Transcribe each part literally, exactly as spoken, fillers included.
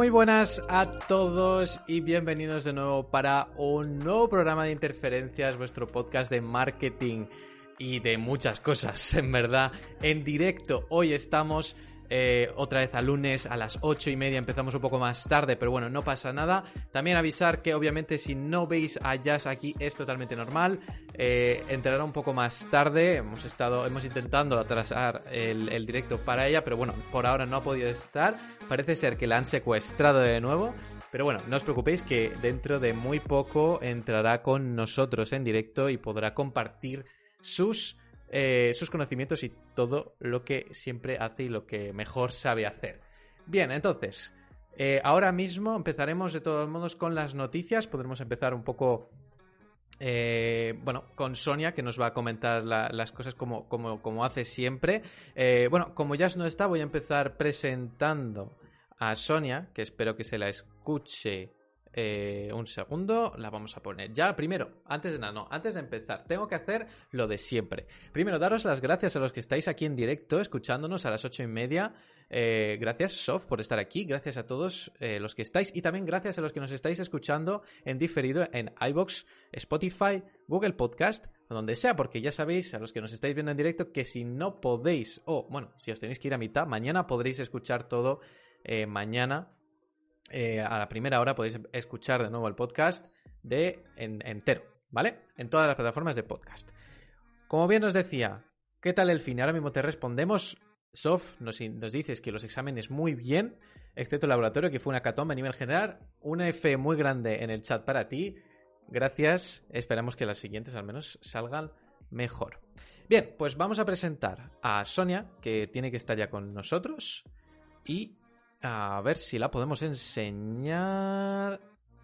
Muy buenas a todos y bienvenidos de nuevo para un nuevo programa de Interferencias, vuestro podcast de marketing y de muchas cosas, en verdad, en directo. Hoy estamos eh, otra vez a lunes a las ocho y media, empezamos un poco más tarde, pero bueno, no pasa nada. También avisar que obviamente si no veis a Jazz aquí es totalmente normal, eh, entrará un poco más tarde. Hemos estado, hemos intentando atrasar el, el directo para ella, pero bueno, por ahora no ha podido estar. Parece ser que la han secuestrado de nuevo, pero bueno, no os preocupéis que dentro de muy poco entrará con nosotros en directo y podrá compartir sus, eh, sus conocimientos y todo lo que siempre hace y lo que mejor sabe hacer. Bien, entonces, eh, ahora mismo empezaremos de todos modos con las noticias. Podremos empezar un poco, eh, bueno, con Sonia, que nos va a comentar la, las cosas como, como, como hace siempre. Eh, bueno, como Jazz no está, voy a empezar presentando a Sonia, que espero que se la escuche. Eh, un segundo, la vamos a poner ya. Primero, antes de nada, no, antes de empezar, tengo que hacer lo de siempre. Primero, daros las gracias a los que estáis aquí en directo, escuchándonos a las ocho y media. Eh, gracias, Sof, por estar aquí. Gracias a todos eh, los que estáis. Y también gracias a los que nos estáis escuchando en diferido en iVoox, Spotify, Google Podcast, o donde sea, porque ya sabéis, a los que nos estáis viendo en directo, que si no podéis, o bueno, si os tenéis que ir a mitad, mañana podréis escuchar todo. Eh, mañana Eh, a la primera hora podéis escuchar de nuevo el podcast de en, entero, ¿vale? En todas las plataformas de podcast. Como bien os decía, ¿qué tal el fin? Ahora mismo te respondemos. Sof, nos, nos dices que los exámenes muy bien, excepto el laboratorio, que fue una catombe a nivel general. Una F muy grande en el chat para ti. Gracias. Esperamos que las siguientes al menos salgan mejor. Bien, pues vamos a presentar a Sonia, que tiene que estar ya con nosotros. Y a ver si la podemos enseñar.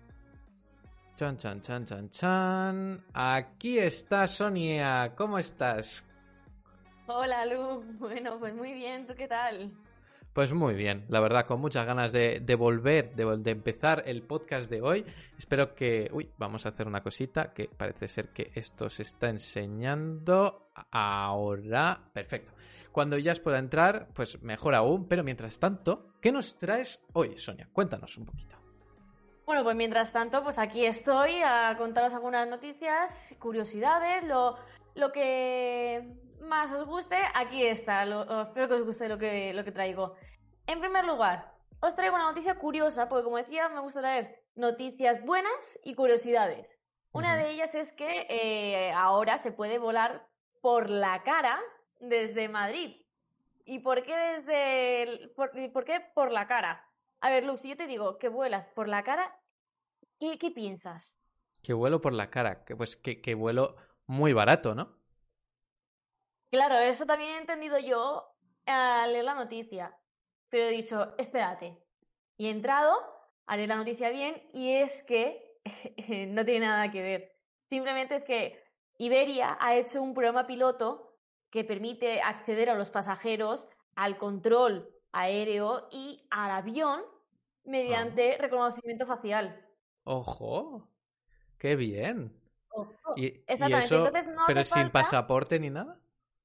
Chan, chan, chan, chan, chan. Aquí está Sonia. ¿Cómo estás? Hola, Lu. Bueno, pues muy bien. ¿Tú qué tal? Pues muy bien, la verdad, con muchas ganas de, de volver, de, de empezar el podcast de hoy. Espero que... Uy, vamos a hacer una cosita, que parece ser que esto se está enseñando ahora. Perfecto. Cuando ya pueda entrar, pues mejor aún. Pero mientras tanto, ¿qué nos traes hoy, Sonia? Cuéntanos un poquito. Bueno, pues mientras tanto, pues aquí estoy a contaros algunas noticias, curiosidades, lo, lo que más os guste, aquí está. Lo, espero que os guste lo que, lo que traigo. En primer lugar, os traigo una noticia curiosa, porque como decía, me gusta traer noticias buenas y curiosidades. Una Uh-huh. de ellas es que eh, ahora se puede volar por la cara desde Madrid. ¿Y por qué desde el, por, por qué por la cara? A ver, Lux, si yo te digo que vuelas por la cara, ¿qué, qué piensas? Que vuelo por la cara, que pues que, que vuelo muy barato, ¿no? Claro, eso también he entendido yo al leer la noticia. Pero he dicho, espérate. Y he entrado a leer la noticia bien y es que no tiene nada que ver. Simplemente es que Iberia ha hecho un programa piloto que permite acceder a los pasajeros al control aéreo y al avión Ah. mediante reconocimiento facial. ¡Ojo! ¡Qué bien! Ojo. ¿Y, y Exactamente, eso, entonces no pero hace sin falta, pasaporte ni nada?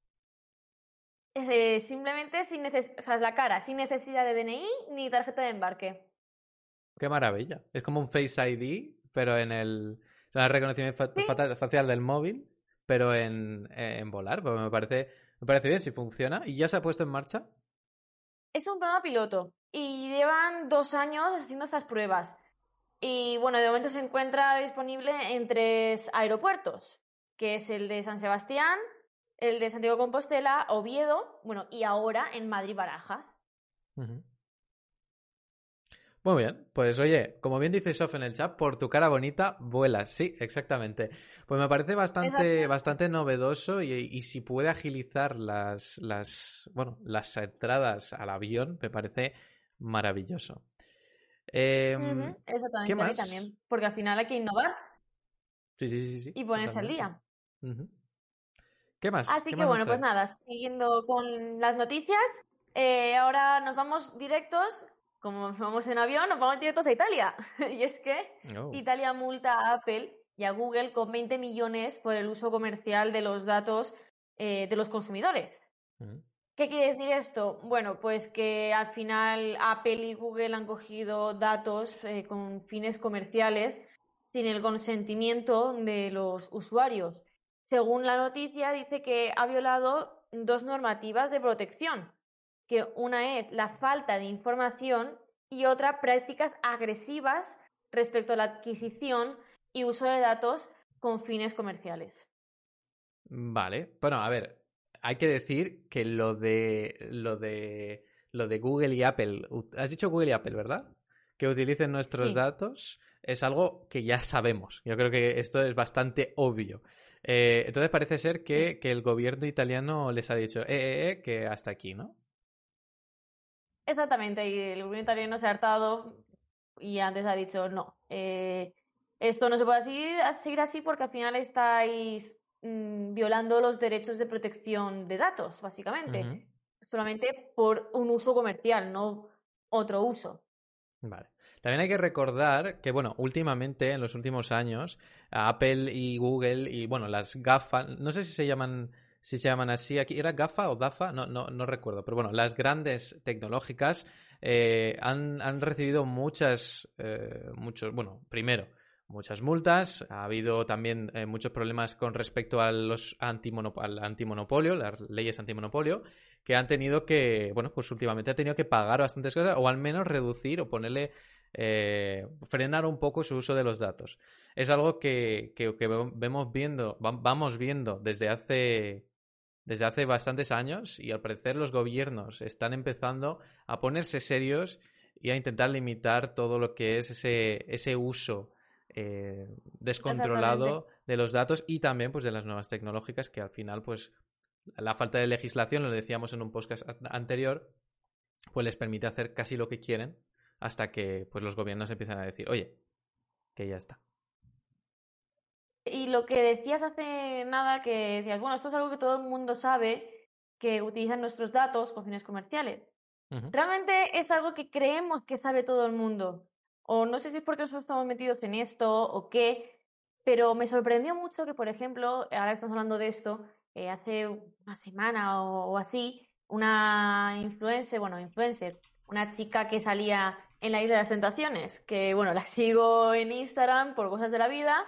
eh, simplemente sin neces- o sea, la cara, sin necesidad de D N I ni tarjeta de embarque. ¡Qué maravilla! Es como un Face I D, pero en el... O sea, el reconocimiento fa- Sí, fa- facial del móvil, pero en, en volar. Pues me parece, me parece bien si funciona. ¿Y ya se ha puesto en marcha? es un programa piloto y llevan dos años haciendo estas pruebas. Y bueno, de momento se encuentra disponible en tres aeropuertos, que es el de San Sebastián, el de Santiago de Compostela, Oviedo, bueno, y ahora en Madrid-Barajas. Ujú. Muy bien, pues oye, como bien dice Sof en el chat, por tu cara bonita vuelas, sí, exactamente. Pues me parece bastante, Exactamente. bastante novedoso y, y si puede agilizar las, las, bueno, las entradas al avión, me parece maravilloso. Em, Ujú, ¿qué exactamente, a mí más? también, porque al final hay que innovar Sí, sí, sí, sí, y ponerse al totalmente. día. Ujú. ¿Qué más? Así ¿Qué que más nos bueno, pues traes? nada, siguiendo con las noticias, eh, ahora nos vamos directos, como vamos en avión, nos vamos directos a Italia. Y es que Oh. Italia multa a Apple y a Google con veinte millones por el uso comercial de los datos eh, de los consumidores. Ujú. ¿Qué quiere decir esto? Bueno, pues que al final Apple y Google han cogido datos eh, con fines comerciales sin el consentimiento de los usuarios. Según la noticia, dice que ha violado dos normativas de protección, que una es la falta de información y otra prácticas agresivas respecto a la adquisición y uso de datos con fines comerciales. Vale, bueno, a ver, hay que decir que lo de lo de lo de Google y Apple, has dicho Google y Apple, ¿verdad? Que utilicen nuestros Sí. datos es algo que ya sabemos. Yo creo que esto es bastante obvio. Eh, entonces parece ser Sí. que, que el gobierno italiano les ha dicho, eh, eh, eh, que hasta aquí, ¿no? Exactamente, y el gobierno italiano se ha hartado y antes ha dicho no, eh, esto no se puede seguir, seguir así porque al final estáis mm, violando los derechos de protección de datos, Ujú. básicamente, solamente por un uso comercial, no otro uso. Vale. También hay que recordar que, bueno, últimamente, en los últimos años, Apple y Google y, bueno, las GAFA, no sé si se llaman, si se llaman así aquí, ¿era GAFA o DAFA? No, no, no recuerdo, pero bueno, las grandes tecnológicas eh, han, han recibido muchas, eh, muchos, bueno, primero, muchas multas, ha habido también eh, muchos problemas con respecto a los antimonop- al antimonopolio, las leyes antimonopolio, que han tenido que, bueno, pues últimamente ha tenido que pagar bastantes cosas o al menos reducir o ponerle, eh, frenar un poco su uso de los datos. Es algo que, que, que vemos viendo, vamos viendo desde hace, desde hace bastantes años y al parecer los gobiernos están empezando a ponerse serios y a intentar limitar todo lo que es ese, ese uso eh, Exactamente. descontrolado de los datos y también pues de las nuevas tecnológicas que al final pues la falta de legislación, lo decíamos en un podcast anterior, pues les permite hacer casi lo que quieren hasta que pues los gobiernos empiezan a decir, oye, que ya está. Y lo que decías hace nada, que decías, bueno, esto es algo que todo el mundo sabe, que utilizan nuestros datos con fines comerciales. Uh-huh. Realmente es algo que creemos que sabe todo el mundo. O no sé si es porque nosotros estamos metidos en esto o qué, pero me sorprendió mucho que, por ejemplo, ahora que estamos hablando de esto, eh, hace una semana o, o así, una influencer, bueno, influencer, una chica que salía en la Isla de las Tentaciones, que, bueno, la sigo en Instagram por cosas de la vida,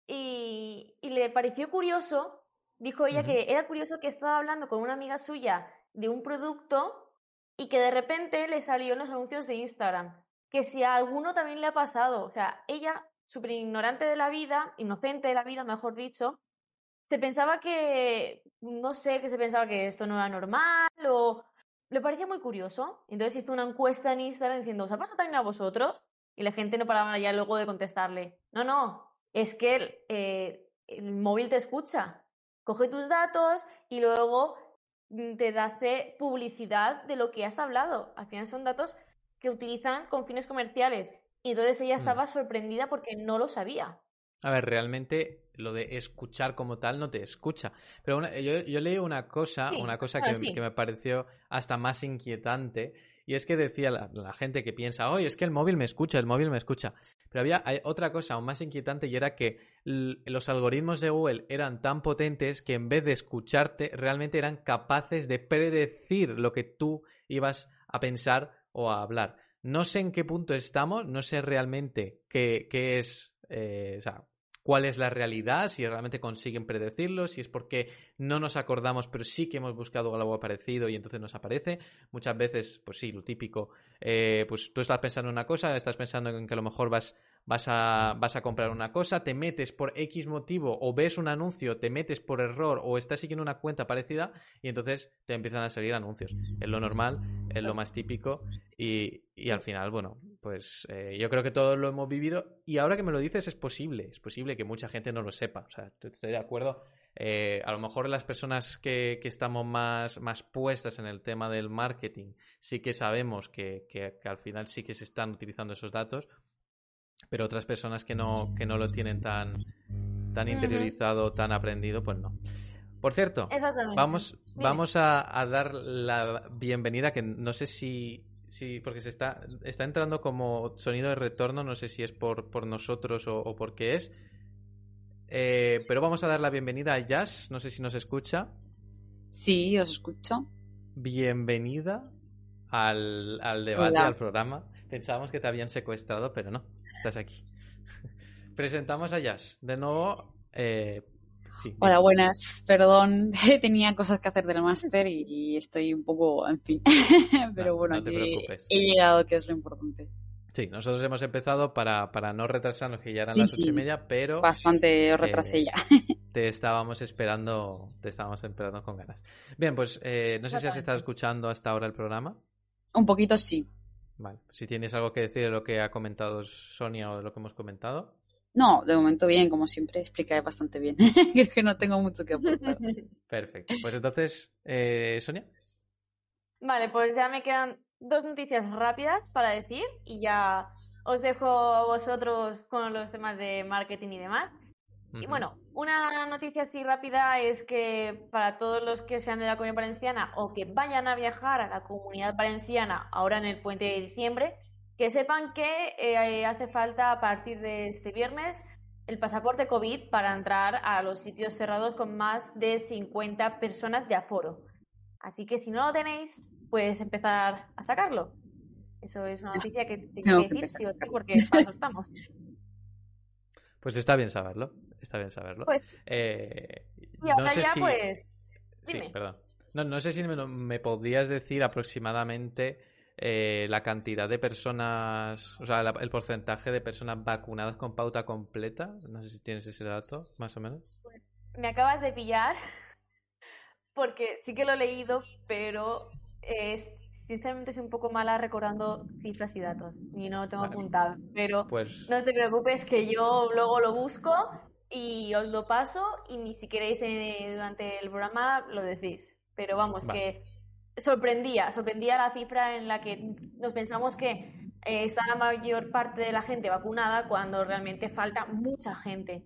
y, y le pareció curioso, dijo ella Uh-huh. que era curioso que estaba hablando con una amiga suya de un producto y que de repente le salió en los anuncios de Instagram. Que si a alguno también le ha pasado, o sea, ella, súper ignorante de la vida, inocente de la vida, mejor dicho, se pensaba que, no sé, que se pensaba que esto no era normal o le parecía muy curioso. Entonces hizo una encuesta en Instagram diciendo, ¿os ha pasado también a vosotros? Y la gente no paraba ya luego de contestarle, no, no, es que el, eh, el móvil te escucha, coge tus datos y luego mm, te hace publicidad de lo que has hablado. Al final son datos que utilizan con fines comerciales. Y entonces ella Mm. estaba sorprendida porque no lo sabía. A ver, realmente lo de escuchar como tal no te escucha. Pero una- yo, yo leí una cosa, Sí, una cosa bueno, que, que sí. me pareció hasta más inquietante, y es que decía la, la gente que piensa, oye, es que el móvil me escucha, el móvil me escucha. Pero había hay otra cosa aún más inquietante y era que l- los algoritmos de Google eran tan potentes que en vez de escucharte, realmente eran capaces de predecir lo que tú ibas a pensar o a hablar. No sé en qué punto estamos, no sé realmente qué, qué es, eh, o sea, cuál es la realidad, si realmente consiguen predecirlo, si es porque no nos acordamos, pero sí que hemos buscado algo parecido y entonces nos aparece. Muchas veces, pues sí, lo típico, eh, pues tú estás pensando en una cosa, estás pensando en que a lo mejor vas, vas, a, vas a comprar una cosa, te metes por X motivo o ves un anuncio, te metes por error o estás siguiendo una cuenta parecida y entonces te empiezan a salir anuncios. Es lo normal, es lo más típico y, y al Sí. final, bueno, pues eh, yo creo que todos lo hemos vivido y ahora que me lo dices es posible, es posible que mucha gente no lo sepa, o sea, estoy de acuerdo. Eh, a lo mejor las personas que, que estamos más, más puestas en el tema del marketing sí que sabemos que, que, que al final sí que se están utilizando esos datos, pero otras personas que no, que no lo tienen tan, tan Ujú, interiorizado, tan aprendido, pues no. Por cierto, exactamente. vamos, Dime. vamos a, a dar la bienvenida, que no sé si, si porque se está, está entrando como sonido de retorno, no sé si es por, por nosotros o, o por qué es, eh, pero vamos a dar la bienvenida a Jazz, no sé si nos escucha. Sí, os escucho. bienvenida al, al debate, Hola. al programa. Pensábamos que te habían secuestrado, pero no, estás aquí. Presentamos a Jazz. De nuevo, eh, sí. Hola, dime. buenas. Perdón, tenía cosas que hacer del máster y, y estoy un poco, en fin. Pero No, bueno, no te aquí preocupes. he llegado, que es lo importante. Sí, nosotros hemos empezado para, para no retrasarnos, que ya eran Sí, las ocho sí. y media, pero Bastante os retrasé eh, ya. te estábamos esperando, te estábamos esperando con ganas. Bien, pues eh, no sé si has estado Exactamente. escuchando hasta ahora el programa. Un poquito sí. Vale, si tienes algo que decir de lo que ha comentado Sonia o de lo que hemos comentado. No, de momento bien, como siempre, explicáis bastante bien. Creo que no tengo mucho que aportar. Perfecto. Pues entonces, eh, Sonia. Vale, pues ya me quedan dos noticias rápidas para decir y ya os dejo a vosotros con los temas de marketing y demás. Y Ujú. bueno, una noticia así rápida es que para todos los que sean de la Comunidad Valenciana o que vayan a viajar a la Comunidad Valenciana ahora en el puente de diciembre, que sepan que eh, hace falta a partir de este viernes el pasaporte COVID para entrar a los sitios cerrados con más de cincuenta personas de aforo. Así que si no lo tenéis, puedes empezar a sacarlo. Eso es una noticia que tenía Tengo que que decir empezar sí a o sí sacarlo. porque para eso estamos. Pues está bien saberlo. Está bien saberlo. Pues, Eh, y no ahora sé ya si. pues, Sí, dime. perdón. No, no sé si me, me podrías decir aproximadamente eh, la cantidad de personas, o sea, la- el porcentaje de personas vacunadas con pauta completa. No sé si tienes ese dato, más o menos. Me acabas de pillar porque sí que lo he leído, pero es, sinceramente soy un poco mala recordando cifras y datos y no lo tengo Vale, apuntado. Pero pues no te preocupes que yo luego lo busco y os lo paso y ni si queréis eh, durante el programa lo decís. Pero vamos, vale. que sorprendía, sorprendía la cifra en la que nos pensamos que eh, está la mayor parte de la gente vacunada cuando realmente falta mucha gente.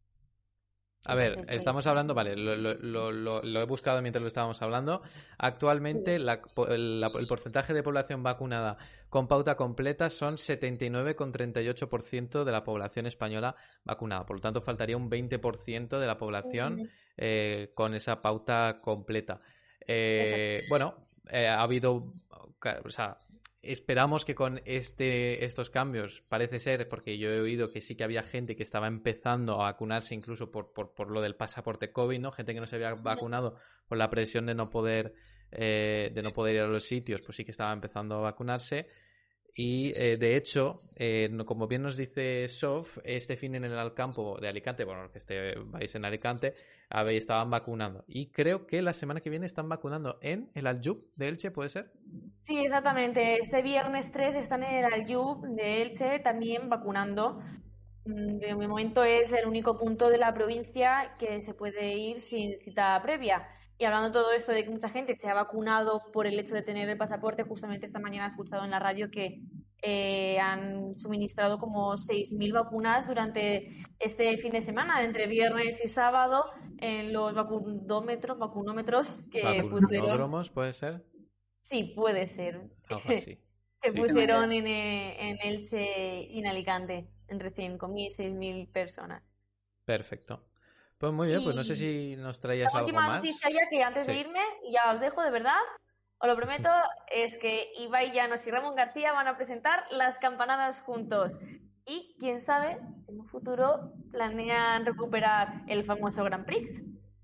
A ver, Entonces, pues, estamos hablando, vale, lo, lo- lo- lo- lo he buscado mientras lo estábamos hablando. Actualmente la- el, la- el porcentaje de población vacunada con pauta completa son setenta y nueve coma treinta y ocho por ciento de la población española vacunada. Por lo tanto, faltaría un veinte por ciento de la población eh, con esa pauta completa. Eh, bueno, eh, ha habido, o sea, esperamos que con este, estos cambios, parece ser, porque yo he oído que sí que había gente que estaba empezando a vacunarse incluso por, por, por lo del pasaporte COVID, ¿no? Gente que no se había vacunado por la presión de no poder, eh, de no poder ir a los sitios, pues sí que estaba empezando a vacunarse. Y eh, de hecho, eh, no- como bien nos dice Sof, este fin en el Alcampo de Alicante, bueno, que este vais en Alicante, habéis, estaban vacunando. Y creo que la semana que viene están vacunando en el Aljub de Elche, ¿puede ser? sí, exactamente. Este viernes tres están en el Aljub de Elche también vacunando. Mm, De momento es el único punto de la provincia que se puede ir sin cita previa. Y hablando de todo esto de que mucha gente se ha vacunado por el hecho de tener el pasaporte, justamente esta mañana he escuchado en la radio que eh, han suministrado como seis mil vacunas durante este fin de semana, entre viernes y sábado, en los vacunómetros, vacunómetros que pusieron. Vacunódromos, ¿puede ser? Sí, puede ser. Algo así. Que Sí, sí. pusieron en, eh, en Elche y en Alicante, entre cinco mil y seis mil personas. Perfecto. Pues muy bien, pues no sé Y si nos la traías algo última más. noticia ya que antes de Sí. irme, y ya os dejo de verdad, os lo prometo, es que Ibai Llanos y Ramón García van a presentar Las Campanadas juntos. Y quién sabe, en un futuro planean recuperar el famoso Grand Prix.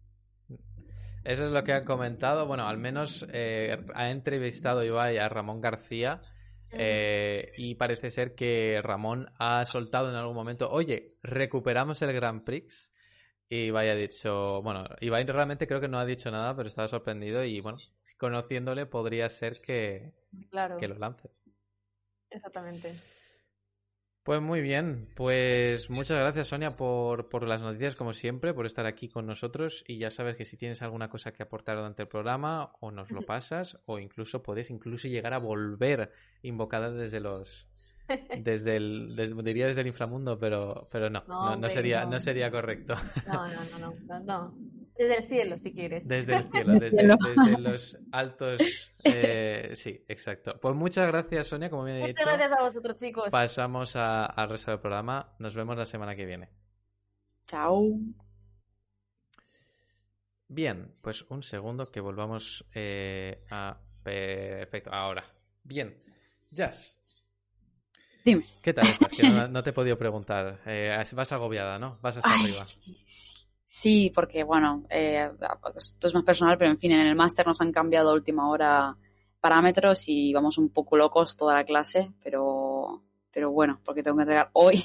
Eso es lo que han comentado. Bueno, al menos eh, ha entrevistado Ibai a Ramón García eh, y parece ser que Ramón ha soltado en algún momento, oye, recuperamos el Grand Prix. Y Ibai ha dicho, bueno, Ibai realmente creo que no ha dicho nada, pero estaba sorprendido y bueno, conociéndole podría ser que, Claro, que lo lance. exactamente. Pues muy bien, pues muchas gracias Sonia por, por las noticias como siempre, por estar aquí con nosotros y ya sabes que si tienes alguna cosa que aportar durante el programa o nos lo pasas o incluso puedes incluso llegar a volver invocada desde los desde el desde, diría desde el inframundo, pero pero no, No, no, no hombre, sería no. no sería correcto. No, no, no, no, no, no. Desde el cielo, si quieres. Desde el cielo, desde, cielo. desde los altos eh, sí, exacto. Pues muchas gracias Sonia, como bien he Muchas dicho. gracias a vosotros, chicos. Pasamos a- al resto del programa. Nos vemos la semana que viene. Chao. Bien, pues un segundo que volvamos eh, a... Perfecto, ahora. Bien, Jazz. Dime. ¿Qué tal estás? Que no, no te he podido preguntar. Eh, vas agobiada, ¿no? Vas hasta Ay, arriba. sí, sí. Sí, porque bueno, eh, esto es más personal, pero en fin, en el máster nos han cambiado a última hora parámetros y vamos un poco locos toda la clase, pero, pero bueno, porque tengo que entregar hoy,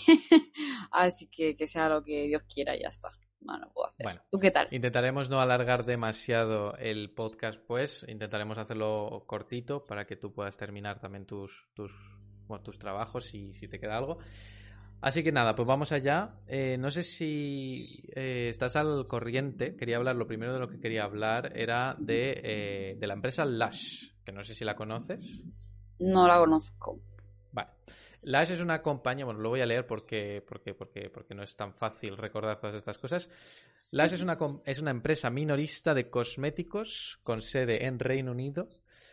así que que sea lo que Dios quiera y ya está. No, no puedo hacer. Bueno, ¿Tú qué tal? intentaremos no alargar demasiado el podcast, pues. Intentaremos hacerlo cortito para que tú puedas terminar también tus, tus, bueno, tus trabajos si, si te queda algo. Así que nada, pues vamos allá. Eh, no sé si eh, estás al corriente. Quería hablar, lo primero de lo que quería hablar era de, eh, de la empresa Lush, que no sé si la conoces. No la conozco. Vale. Lush es una compañía, bueno, lo voy a leer porque, porque, porque, porque no es tan fácil recordar todas estas cosas. Lush es una, es una empresa minorista de cosméticos con sede en Reino Unido.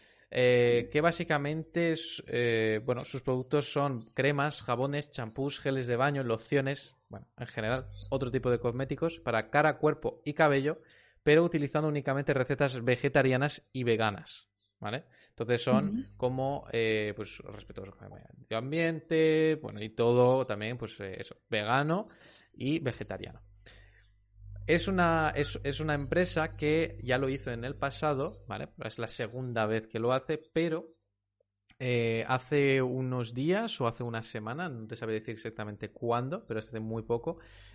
Eh, que básicamente es, eh, bueno, sus productos son cremas, jabones, champús, geles de baño, lociones, bueno, en general, otro tipo de cosméticos para cara, cuerpo y cabello, pero utilizando únicamente recetas vegetarianas y veganas, ¿vale? Entonces son uh-huh. como, eh, pues, respetuosos con el medio ambiente, bueno, y todo también, pues, eh, eso, vegano y vegetariano. Es una, es, es una empresa que ya lo hizo en el pasado, ¿vale? Es la segunda vez que lo hace, pero eh, hace unos días o hace una semana, no te sabré decir exactamente cuándo, pero hace muy poco,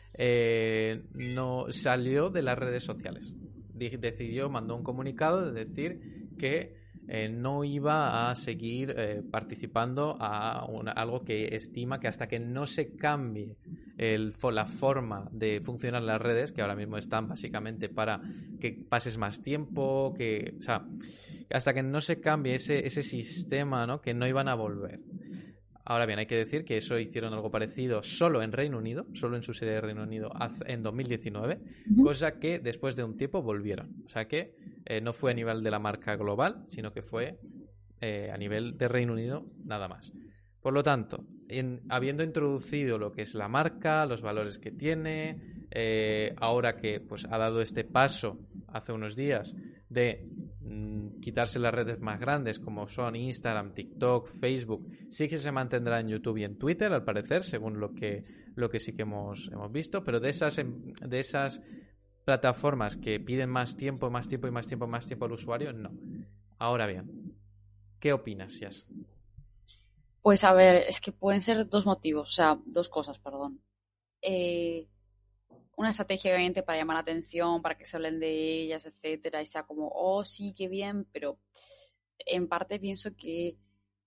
eh, no salió de las redes sociales. Decidió, mandó un comunicado de decir que eh, no iba a seguir eh, participando a una, algo que estima que hasta que no se cambie el, la forma de funcionar las redes, que ahora mismo están básicamente para que pases más tiempo, que, o sea, hasta que no se cambie ese, ese sistema, ¿no? Que no iban a volver. Ahora bien, hay que decir que eso hicieron algo parecido solo en Reino Unido, solo en su sede de Reino Unido en dos mil diecinueve, uh-huh. cosa que después de un tiempo volvieron. O sea que eh, no fue a nivel de la marca global, sino que fue eh, a nivel de Reino Unido nada más. Por lo tanto, en, habiendo introducido lo que es la marca, los valores que tiene, eh, ahora que pues ha dado este paso hace unos días de mmm, quitarse las redes más grandes como son Instagram, TikTok, Facebook, sí que se mantendrá en YouTube y en Twitter al parecer, según lo que, lo que sí que hemos, hemos visto, pero de esas, de esas plataformas que piden más tiempo, más tiempo y más tiempo, más tiempo al usuario, no. Ahora bien, ¿qué opinas, Yas? Pues a ver, es que pueden ser dos motivos, o sea, dos cosas, perdón. Eh, una estrategia obviamente para llamar la atención, para que se hablen de ellas, etcétera, y sea como, oh, sí, qué bien, pero en parte pienso que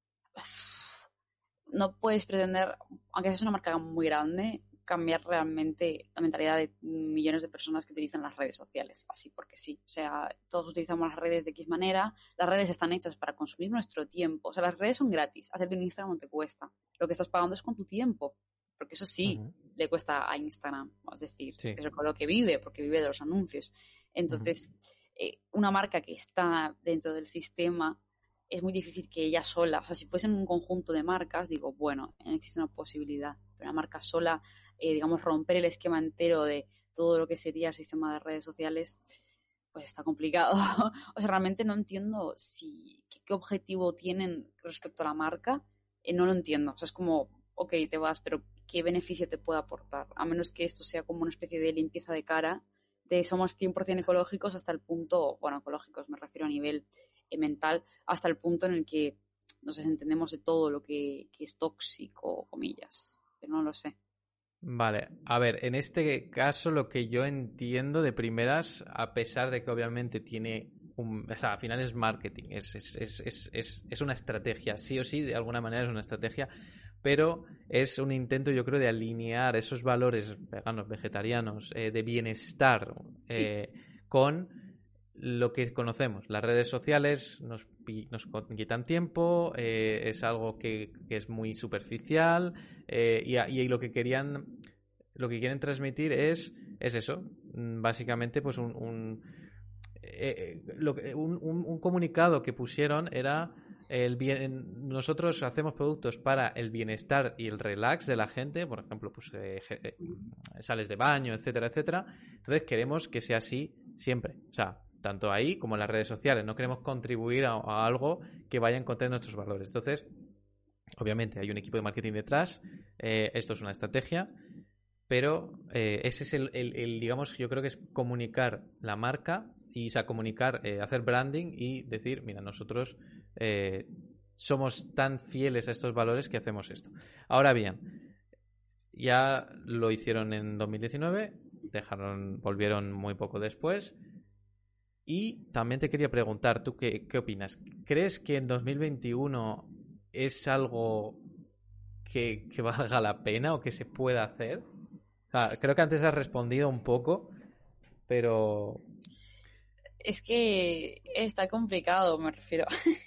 uff, no puedes pretender, aunque seas una marca muy grande, cambiar realmente la mentalidad de millones de personas que utilizan las redes sociales, así porque sí. O sea, todos utilizamos las redes de X manera, las redes están hechas para consumir nuestro tiempo. O sea, las redes son gratis, hacerte un Instagram no te cuesta. Lo que estás pagando es con tu tiempo, porque eso sí, uh-huh. le cuesta a Instagram, es decir, sí. es con lo que vive, porque vive de los anuncios. Entonces, uh-huh. eh, una marca que está dentro del sistema es muy difícil que ella sola, o sea, si fuesen un conjunto de marcas, digo, bueno, existe una posibilidad, pero una marca sola, eh, digamos, romper el esquema entero de todo lo que sería el sistema de redes sociales, pues está complicado. O sea, realmente no entiendo si qué, qué objetivo tienen respecto a la marca, eh, no lo entiendo. O sea, es como, ok, te vas, pero ¿qué beneficio te puede aportar? A menos que esto sea como una especie de limpieza de cara, de somos cien por ciento ecológicos hasta el punto, bueno, ecológicos me refiero a nivel eh, mental, hasta el punto en el que nos desentendemos de todo lo que, que es tóxico, comillas, pero no lo sé. Vale, a ver, en este caso lo que yo entiendo de primeras, a pesar de que obviamente tiene un, o sea, al final es marketing, es, es, es, es, es, es una estrategia, sí o sí, de alguna manera es una estrategia, pero es un intento, yo creo, de alinear esos valores veganos, vegetarianos, eh, de bienestar, eh, sí. con lo que conocemos. Las redes sociales nos, nos quitan tiempo, eh, es algo que, que es muy superficial, eh, y, y lo que querían, lo que quieren transmitir es, es eso, básicamente, pues un, un, eh, lo que, un, un, un comunicado que pusieron era el bien, nosotros hacemos productos para el bienestar y el relax de la gente, por ejemplo, pues eh, eh, sales de baño, etcétera, etcétera. Entonces queremos que sea así siempre. O sea, tanto ahí como en las redes sociales. No queremos contribuir a, a algo que vaya en contra de nuestros valores. Entonces, obviamente hay un equipo de marketing detrás. Eh, esto es una estrategia. Pero eh, ese es el, el, el, digamos, yo creo que es comunicar la marca y, o sea, comunicar, eh, hacer branding y decir, mira, nosotros eh, somos tan fieles a estos valores que hacemos esto. Ahora bien, ya lo hicieron en dos mil diecinueve, dejaron, volvieron muy poco después. Y también te quería preguntar, ¿tú qué, qué opinas? ¿Crees que en dos mil veintiuno es algo que, que valga la pena o que se pueda hacer? O sea, creo que antes has respondido un poco, pero... Es que está complicado, me refiero.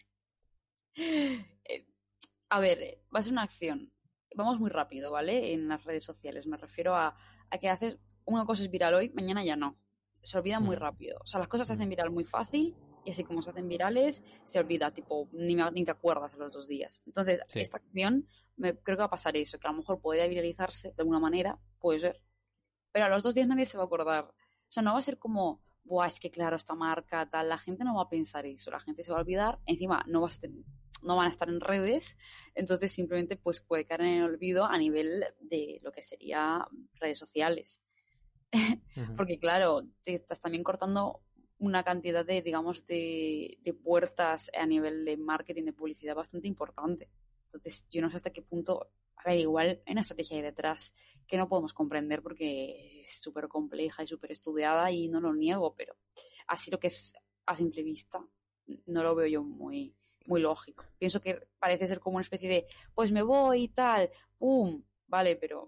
A ver, va a ser una acción. Vamos muy rápido, ¿vale? En las redes sociales. Me refiero a, a que haces una cosa es viral hoy, mañana ya no. Se olvida muy rápido. O sea, las cosas se hacen viral muy fácil y así como se hacen virales, se olvida, tipo, ni, ni te acuerdas en los dos días. Entonces, sí. Esta acción, me, creo que va a pasar eso, que a lo mejor podría viralizarse de alguna manera, puede ser. Pero a los dos días nadie se va a acordar. O sea, no va a ser como, buah, es que claro, esta marca, tal, la gente no va a pensar eso, la gente se va a olvidar, encima no, vas a tener, no van a estar en redes, entonces simplemente pues puede caer en el olvido a nivel de lo que sería redes sociales. Uh-huh. Porque claro, te estás también cortando una cantidad de, digamos, de, de puertas a nivel de marketing, de publicidad bastante importante. Entonces, yo no sé hasta qué punto, a ver, igual hay una estrategia ahí detrás que no podemos comprender porque es súper compleja y súper estudiada y no lo niego, pero así lo que es a simple vista no lo veo yo muy, muy lógico. Pienso que parece ser como una especie de, pues me voy y tal, pum, vale, pero...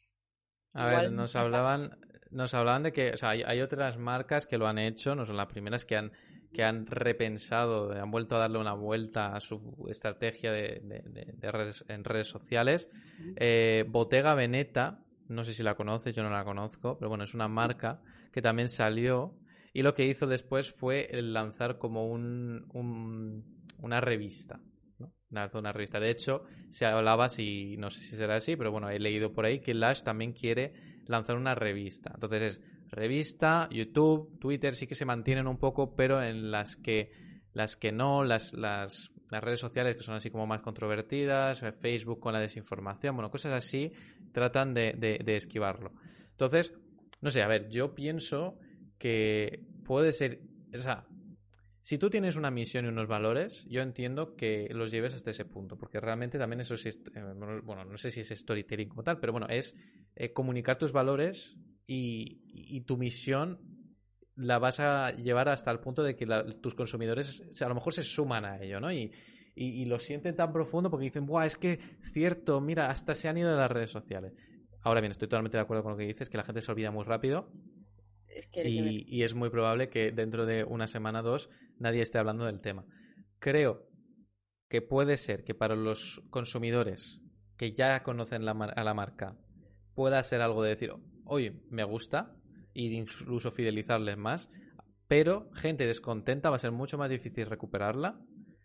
A ver, nos hablaban, nos hablaban de que, o sea, hay, hay otras marcas que lo han hecho, no son las primeras que han que han repensado, han vuelto a darle una vuelta a su estrategia de, de, de, de redes, en redes sociales. Eh, Bottega Veneta, no sé si la conoces, yo no la conozco, pero bueno, es una marca que también salió y lo que hizo después fue lanzar como un, un una revista, ¿no? Lanzó una revista. De hecho, se hablaba, si no sé si será así, pero bueno, he leído por ahí que Lush también quiere lanzar una revista. Entonces es revista, YouTube, Twitter sí que se mantienen un poco, pero en las que las que no, las, las, las redes sociales que son así como más controvertidas, Facebook con la desinformación, bueno, cosas así, tratan de, de, de esquivarlo. Entonces, no sé, a ver, yo pienso que puede ser, o sea, si tú tienes una misión y unos valores, yo entiendo que los lleves hasta ese punto, porque realmente también eso es, bueno, no sé si es storytelling como tal, pero bueno, es eh, comunicar tus valores y, y tu misión la vas a llevar hasta el punto de que la, tus consumidores a lo mejor se suman a ello, ¿no? Y, y, y lo sienten tan profundo porque dicen, ¡buah, es que cierto, mira, hasta se han ido de las redes sociales! Ahora bien, estoy totalmente de acuerdo con lo que dices, que la gente se olvida muy rápido. Es que y, y es muy probable que dentro de una semana o dos nadie esté hablando del tema. Creo que puede ser que para los consumidores que ya conocen la, a la marca pueda ser algo de decir, oye, me gusta, y incluso fidelizarles más, pero gente descontenta va a ser mucho más difícil recuperarla.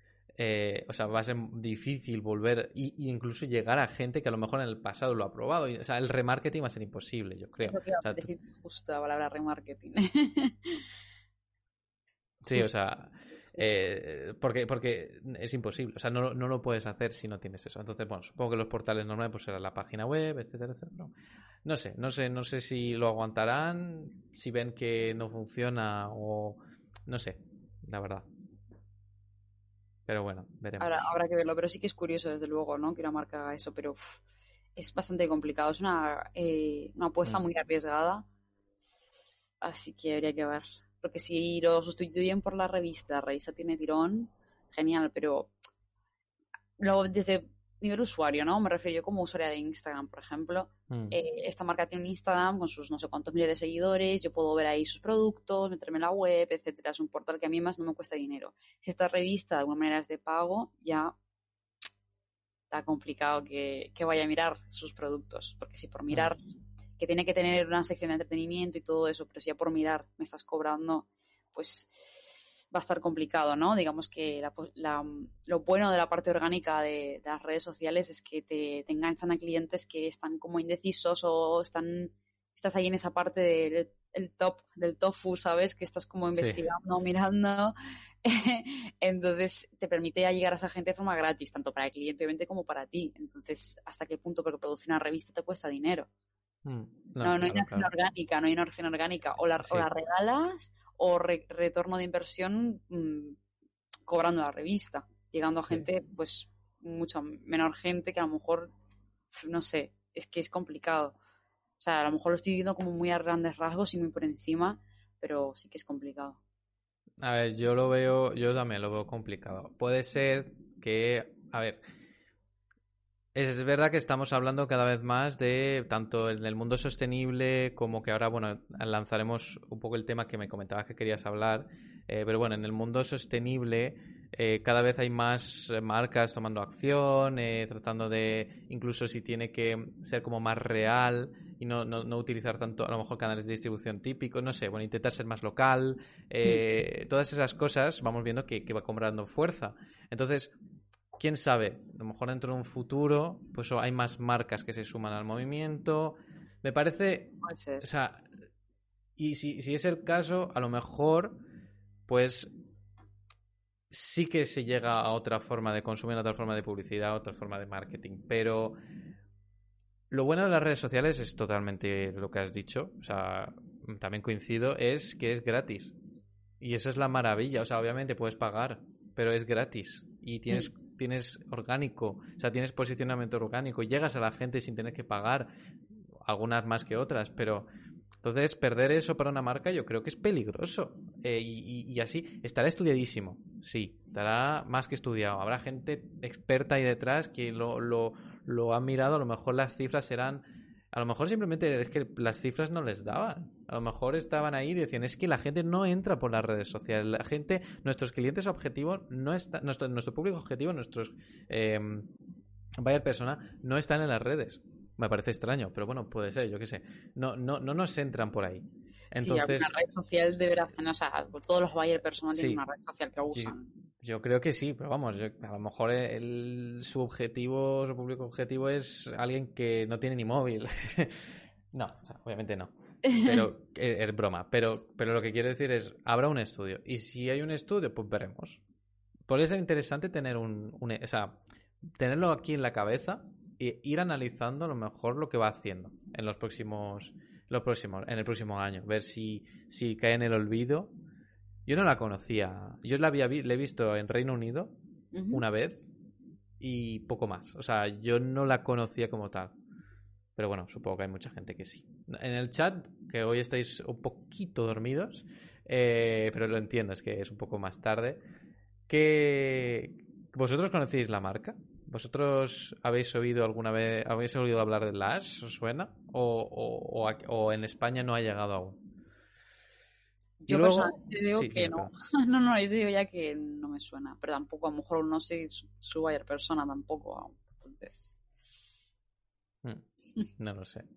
Eh, o sea, va a ser difícil volver e incluso llegar a gente que a lo mejor en el pasado lo ha probado. O sea, el remarketing va a ser imposible, yo creo. Es lo que iba a decir, justo la palabra remarketing. Sí, o sea, eh, porque, porque es imposible. O sea, no, no lo puedes hacer si no tienes eso. Entonces, bueno, supongo que los portales normales pues será la página web, etcétera, etcétera. No, no sé, no sé, no sé si lo aguantarán, si ven que no funciona o no sé, la verdad. Pero bueno, veremos. Ahora, habrá que verlo, pero sí que es curioso, desde luego, ¿no? Que una marca haga eso, pero uf, es bastante complicado. Es una, eh, una apuesta mm. muy arriesgada. Así que habría que ver. Porque si lo sustituyen por la revista, la revista tiene tirón, genial, pero luego desde nivel usuario, ¿no? Me refiero yo como usuaria de Instagram, por ejemplo. Mm. Eh, esta marca tiene un Instagram con sus no sé cuántos miles de seguidores, yo puedo ver ahí sus productos, meterme en la web, etcétera. Es un portal que a mí más no me cuesta dinero. Si esta revista de alguna manera es de pago, ya está complicado que, que vaya a mirar sus productos. Porque si por mirar... Mm. que tiene que tener una sección de entretenimiento y todo eso, pero si ya por mirar me estás cobrando, pues va a estar complicado, ¿no? Digamos que la, la, lo bueno de la parte orgánica de, de las redes sociales es que te, te enganchan a clientes que están como indecisos o están estás ahí en esa parte de el top del tofu, ¿sabes? Que estás como investigando, sí. mirando. Entonces te permite ya llegar a esa gente de forma gratis, tanto para el cliente obviamente como para ti. Entonces, ¿hasta qué punto? Porque producir una revista te cuesta dinero. Mm, no, no, claro, no hay una acción claro. orgánica, no hay una acción orgánica. O la, sí. o la regalas o re, retorno de inversión mmm, cobrando la revista, llegando a gente, sí. pues, mucho menor gente que a lo mejor, no sé, es que es complicado. O sea, a lo mejor lo estoy viendo como muy a grandes rasgos y muy por encima, pero sí que es complicado. A ver, yo lo veo, yo también lo veo complicado. Puede ser que, a ver, es verdad que estamos hablando cada vez más de tanto en el mundo sostenible como que ahora, bueno, lanzaremos un poco el tema que me comentabas que querías hablar, eh, pero bueno, en el mundo sostenible eh, cada vez hay más marcas tomando acción, eh, tratando de, incluso si tiene que ser como más real y no, no, no utilizar tanto, a lo mejor canales de distribución típicos, no sé, bueno, intentar ser más local, eh, mm. todas esas cosas vamos viendo que, que va cobrando fuerza. Entonces, quién sabe, a lo mejor dentro de un futuro pues hay más marcas que se suman al movimiento. Me parece, o sea, y si, si es el caso, a lo mejor pues sí que se llega a otra forma de consumir, a otra forma de publicidad, a otra forma de marketing, pero lo bueno de las redes sociales es totalmente lo que has dicho, o sea, también coincido, es que es gratis. Y eso es la maravilla, o sea, obviamente puedes pagar, pero es gratis y tienes mm. tienes orgánico, o sea, tienes posicionamiento orgánico, llegas a la gente sin tener que pagar, algunas más que otras, pero entonces perder eso para una marca yo creo que es peligroso. Eh, y, y, y así, estará estudiadísimo, sí, estará más que estudiado, habrá gente experta ahí detrás que lo, lo, lo ha mirado, a lo mejor las cifras serán, a lo mejor simplemente es que las cifras no les daban. A lo mejor estaban ahí y decían, es que la gente no entra por las redes sociales. La gente, nuestros clientes objetivos no está, nuestro, nuestro público objetivo, nuestros eh, buyer persona, no están en las redes. Me parece extraño, pero bueno, puede ser, yo qué sé. No, no, no nos entran por ahí. Entonces, sí, alguna red social deberá hacer, o sea, todos los buyer personas sí, tienen una red social que usan. Yo, yo creo que sí, pero vamos, yo, a lo mejor el, su objetivo, su público objetivo es alguien que no tiene ni móvil. No, o sea, obviamente no. Pero es broma. Pero, pero lo que quiero decir es, habrá un estudio. Y si hay un estudio, pues veremos. Por eso es interesante tener un, un o sea, tenerlo aquí en la cabeza e ir analizando a lo mejor lo que va haciendo en los próximos, los próximos, en el próximo año. Ver si, si cae en el olvido. Yo no la conocía. Yo la había vi, la he visto en Reino Unido uh-huh. una vez y poco más. O sea, yo no la conocía como tal. Pero bueno, supongo que hay mucha gente que sí. En el chat, que hoy estáis un poquito dormidos, eh, pero lo entiendo, es que es un poco más tarde, que ¿vosotros conocéis la marca? ¿Vosotros habéis oído alguna vez, habéis oído hablar de Lush? ¿Os suena? ¿O, o, o, o en España no ha llegado aún? Yo luego, personalmente digo sí, que sí, no. no, no, yo digo ya que no me suena, pero tampoco, a lo mejor no sé su, su buyer persona tampoco aún. Entonces... Hmm. No lo sé.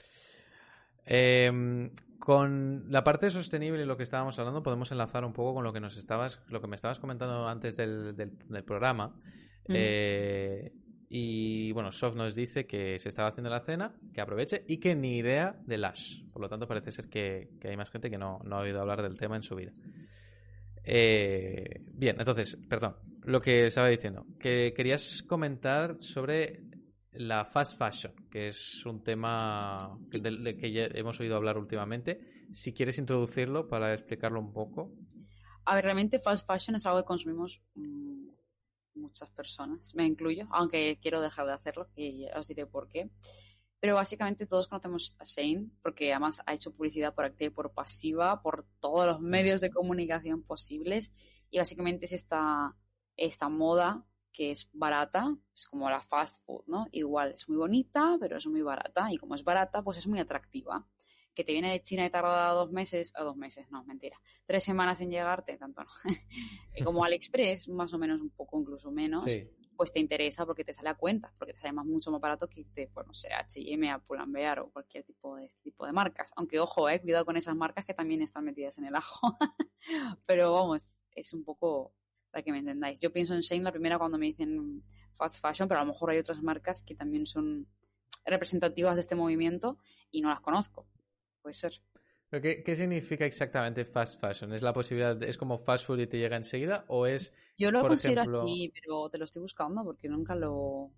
Eh, con la parte sostenible y lo que estábamos hablando, podemos enlazar un poco con lo que nos estabas, lo que me estabas comentando antes del, del, del programa. Uh-huh. Eh, y bueno, Sof nos dice que se estaba haciendo la cena, que aproveche y que ni idea de Lush. Por lo tanto, parece ser que, que hay más gente que no, no ha oído hablar del tema en su vida. Eh, bien, entonces, perdón, lo que estaba diciendo, que querías comentar sobre la fast fashion, que es un tema sí. del de que ya hemos oído hablar últimamente. Si quieres introducirlo para explicarlo un poco. A ver, realmente fast fashion es algo que consumimos mmm, muchas personas, me incluyo, aunque quiero dejar de hacerlo, y ya os diré por qué. Pero básicamente todos conocemos a Shein, porque además ha hecho publicidad por activa y por pasiva, por todos los medios de comunicación posibles, y básicamente es esta, esta moda que es barata, es como la fast food, ¿no? Igual es muy bonita, pero es muy barata, y como es barata, pues es muy atractiva. Que te viene de China y tarda dos meses, o dos meses, no, mentira, tres semanas en llegarte, tanto no. Como AliExpress, más o menos, un poco incluso menos, sí. Pues te interesa porque te sale a cuenta, porque te sale más, mucho más barato que irte, pues no sé, H y M, a Pull and Bear o cualquier tipo de este tipo de marcas. Aunque, ojo, eh, cuidado con esas marcas que también están metidas en el ajo. Pero vamos, es un poco... para que me entendáis. Yo pienso en Shein la primera cuando me dicen fast fashion, pero a lo mejor hay otras marcas que también son representativas de este movimiento y no las conozco. Puede ser. ¿Pero qué, qué significa exactamente fast fashion? ¿Es la posibilidad, de- es como fast food y te llega enseguida? ¿O es, Yo lo por considero ejemplo, así, pero te lo estoy buscando porque nunca lo...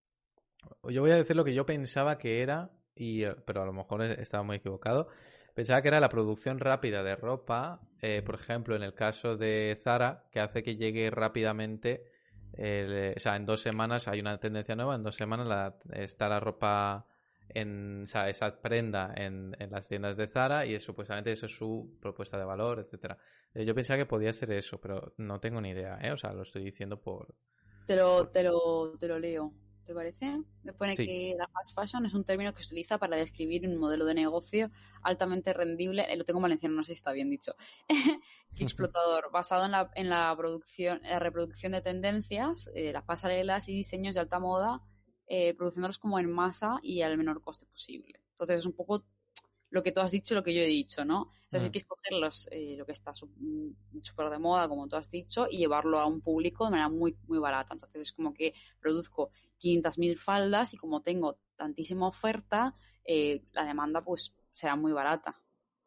yo voy a decir lo que yo pensaba que era, y, eh, pero a lo mejor e- estaba muy equivocado. Pensaba que era la producción rápida de ropa, eh, por ejemplo, en el caso de Zara, que hace que llegue rápidamente, el, eh, o sea, en dos semanas hay una tendencia nueva, en dos semanas la- está la ropa, en, o sea, esa prenda en, en las tiendas de Zara y es, supuestamente eso es su propuesta de valor, etcétera. Eh, Yo pensaba que podía ser eso, pero no tengo ni idea, ¿eh? O sea, lo estoy diciendo por... Te lo, por... te lo, te lo leo. ¿Te parece? Me pone Sí. que la fast fashion es un término que se utiliza para describir un modelo de negocio altamente rendible, eh, lo tengo en valenciano, no sé si está bien dicho, que explotador, basado en la, en la producción, en la reproducción de tendencias, eh, las pasarelas y diseños de alta moda, eh, produciéndolos como en masa y al menor coste posible. Entonces es un poco lo que tú has dicho y lo que yo he dicho, ¿no? O sea, sí Mm. hay que escoger los, eh, lo que está súper de moda, como tú has dicho, y llevarlo a un público de manera muy, muy barata. Entonces es como que produzco quinientas mil faldas y como tengo tantísima oferta, eh, la demanda pues será muy barata.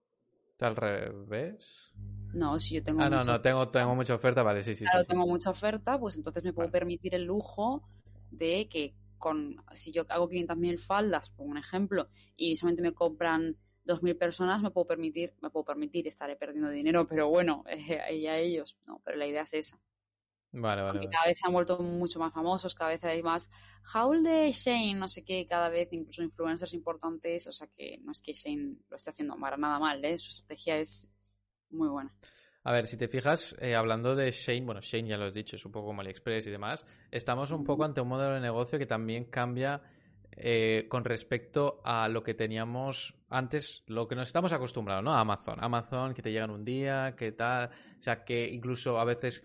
¿Al revés? No, si yo tengo Ah, no, mucha no, tengo, oferta, tengo mucha oferta, vale, sí, sí, sí, claro, sí. tengo mucha oferta, pues entonces me puedo Vale. permitir el lujo de que con, si yo hago quinientas mil faldas, por un ejemplo, y solamente me compran dos mil personas, me puedo permitir, me puedo permitir, estaré perdiendo dinero, pero bueno, eh, ya ellos, no, pero la idea es esa. Vale, vale, Aunque vale. cada vez se han vuelto mucho más famosos, cada vez hay más haul de Shane, no sé qué, cada vez incluso influencers importantes, o sea que no es que Shane lo esté haciendo para nada mal, ¿eh? Su estrategia es muy buena. A ver, si te fijas, eh, hablando de Shane, bueno, Shane ya lo has dicho, es un poco como AliExpress y demás, estamos un poco ante un modelo de negocio que también cambia eh, con respecto a lo que teníamos antes, lo que nos estamos acostumbrados, ¿no? A Amazon. Amazon, que te llegan un día, que tal, o sea, que incluso a veces...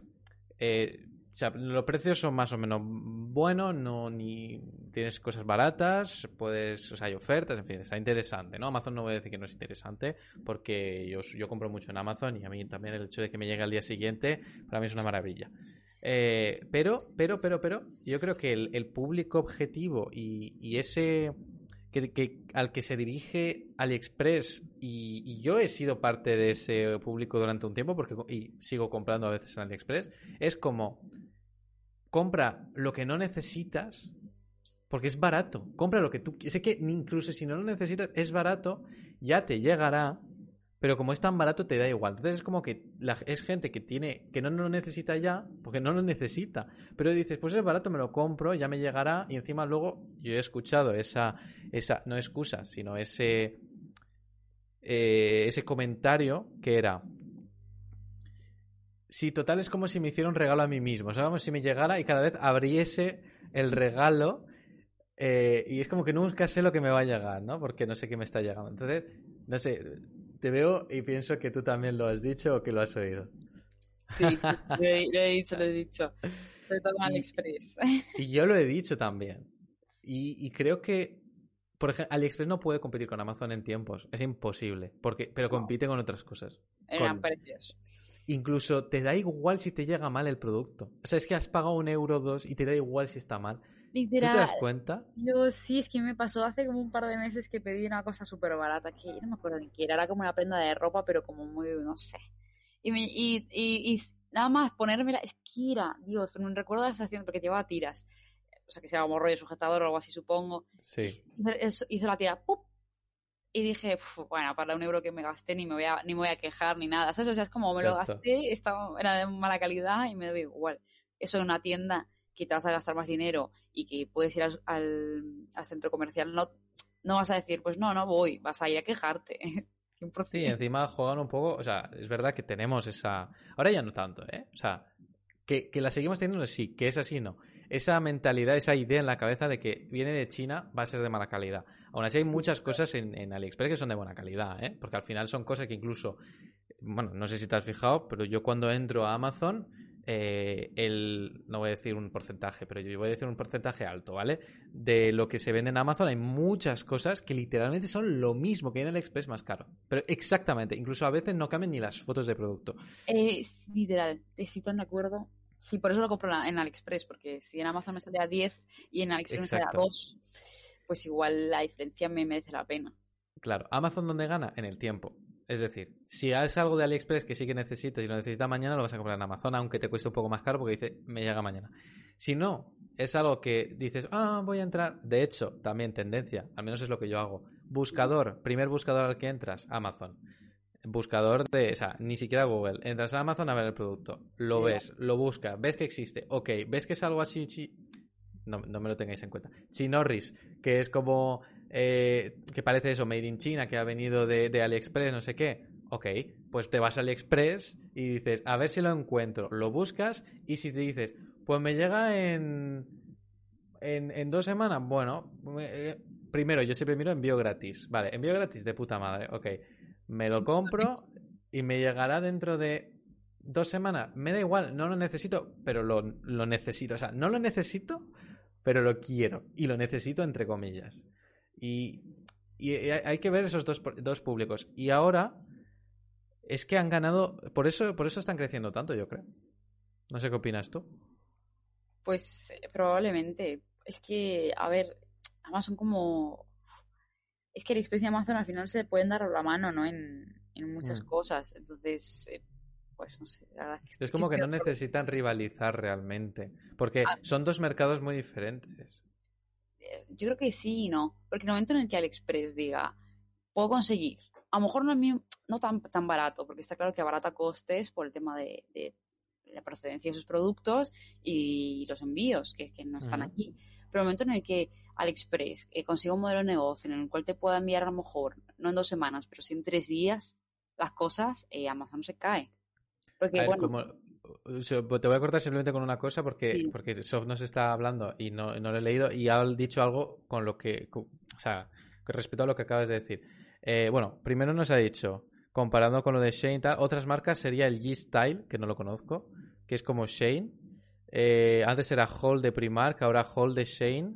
eh, o sea, los precios son más o menos buenos, no ni tienes cosas baratas, puedes, o sea, hay ofertas, en fin, está interesante, ¿no? Amazon no voy a decir que no es interesante, porque yo, yo compro mucho en Amazon y a mí también el hecho de que me llegue al día siguiente, para mí es una maravilla. Eh, pero, pero, pero, pero, yo creo que el, el público objetivo y, y ese que, que, al que se dirige AliExpress y, y yo he sido parte de ese público durante un tiempo porque y sigo comprando a veces en AliExpress, es como compra lo que no necesitas porque es barato. Compra lo que tú quieres. Sé que incluso si no lo necesitas, es barato, ya te llegará, pero como es tan barato, te da igual. Entonces es como que la, es gente que tiene que no lo necesita ya, porque no lo necesita. Pero dices, pues es barato, me lo compro, ya me llegará. Y encima luego yo he escuchado esa, esa no excusa, sino ese, eh, ese comentario que era... Sí, total es como si me hiciera un regalo a mí mismo. O sea, como si me llegara y cada vez abriese el regalo. Eh, y es como que nunca sé lo que me va a llegar, ¿no? Porque no sé qué me está llegando. Entonces, no sé, te veo y pienso que tú también lo has dicho o que lo has oído. Sí, sí, sí, lo he, lo he dicho, lo he dicho. Sobre todo con Y, AliExpress. y yo lo he dicho también. Y, y creo que, por ejemplo, AliExpress no puede competir con Amazon en tiempos. Es imposible. Porque, pero No, compite con otras cosas. eran Con precios. Incluso te da igual si te llega mal el producto. O sea, es que has pagado un euro o dos y te da igual si está mal. ¿Tú te Literal. das cuenta? Yo sí, es que me pasó hace como un par de meses que pedí una cosa súper barata, que no me acuerdo ni qué era, era como una prenda de ropa, pero como muy, no sé. Y, me, y, y, y nada más ponérmela, es que era, Dios, pero no recuerdo la sensación porque llevaba tiras. O sea, que sea como rollo sujetador o algo así, supongo. Y Sí. hizo, hizo la tira, ¡pup! Y dije, bueno, para un euro que me gasté ni me voy a, ni me voy a quejar ni nada. ¿Sabes? O sea, es como me lo Exacto. gasté, estaba, era de mala calidad y me da igual. Eso en una tienda que te vas a gastar más dinero y que puedes ir al, al, al centro comercial, no, no vas a decir, pues no, no voy, vas a ir a quejarte. Sí, cien por ciento. encima juegan un poco, o sea, es verdad que tenemos esa... Ahora ya no tanto, ¿eh? O sea, que, que la seguimos teniendo, sí, que es así, no. Esa mentalidad, esa idea en la cabeza de que viene de China va a ser de mala calidad. Aún así hay Sí, muchas cosas en, en AliExpress que son de buena calidad, ¿eh? Porque al final son cosas que incluso... Bueno, no sé si te has fijado, pero yo cuando entro a Amazon... Eh, el, no voy a decir un porcentaje, pero yo voy a decir un porcentaje alto, ¿vale? De lo que se vende en Amazon hay muchas cosas que literalmente son lo mismo que en el AliExpress más caro. Pero exactamente, incluso a veces no cambian ni las fotos de producto. es literal, estoy tan de acuerdo. Sí, por eso lo compro en AliExpress, porque si en Amazon me sale a diez y en AliExpress me sale a Exacto. dos, pues igual la diferencia me merece la pena. Claro, Amazon ¿dónde gana? En el tiempo. Es decir, si es algo de AliExpress que sí que necesitas y lo necesitas mañana, lo vas a comprar en Amazon, aunque te cueste un poco más caro porque dice, me llega mañana. Si no, es algo que dices, ah, voy a entrar. De hecho, también tendencia, al menos es lo que yo hago. Buscador, primer buscador al que entras, Amazon. Buscador de, o sea, ni siquiera Google. Entras a Amazon a ver el producto, lo Sí, ves, lo buscas, ves que existe, ok, ves que es algo así, chi... no, no me lo tengáis en cuenta. Chinorris, que es como, eh, que parece eso, Made in China, que ha venido de, de AliExpress, no sé qué. Ok, pues te vas a AliExpress y dices, a ver si lo encuentro. Lo buscas y si te dices, pues me llega en, en, en dos semanas, bueno, eh, primero yo siempre miro envío gratis. Vale, envío gratis de puta madre, ok. Me lo compro y me llegará dentro de dos semanas. Me da igual, no lo necesito, pero lo, lo necesito. O sea, no lo necesito, pero lo quiero. Y lo necesito entre comillas. Y, y hay que ver esos dos, dos públicos. Y ahora es que han ganado... Por eso, por eso están creciendo tanto, yo creo. No sé qué opinas tú. Pues eh, probablemente. Es que, a ver, Amazon como... Es que AliExpress y Amazon al final se pueden dar la mano, ¿no? En, en muchas Mm. cosas. Entonces, eh, pues no sé, la verdad es que, Es que como que estoy de no acuerdo. necesitan rivalizar realmente. Porque Ah, son dos mercados muy diferentes. eh, yo creo que sí y no. Porque en el momento en el que AliExpress diga, puedo conseguir, a lo mejor no, es mi- no tan, tan barato, porque está claro que abarata costes por el tema de, de la procedencia de sus productos y los envíos, que, que no están Ujú. aquí. Pero el momento en el que AliExpress eh, consiga un modelo de negocio en el cual te pueda enviar a lo mejor, no en dos semanas, pero sí en tres días, las cosas, eh, Amazon se cae. A Porque, ver, bueno, como... o sea, te voy a cortar simplemente con una cosa porque, sí, porque Sof nos está hablando y no, no lo he leído y ha dicho algo con lo que... con- o sea, con respecto a lo que acabas de decir. Eh, bueno, primero nos ha dicho, comparando con lo de Shane y tal, otras marcas sería el G-Style, que no lo conozco, que es como Shane. Eh, antes era Hall de Primark, ahora Hall de Shane.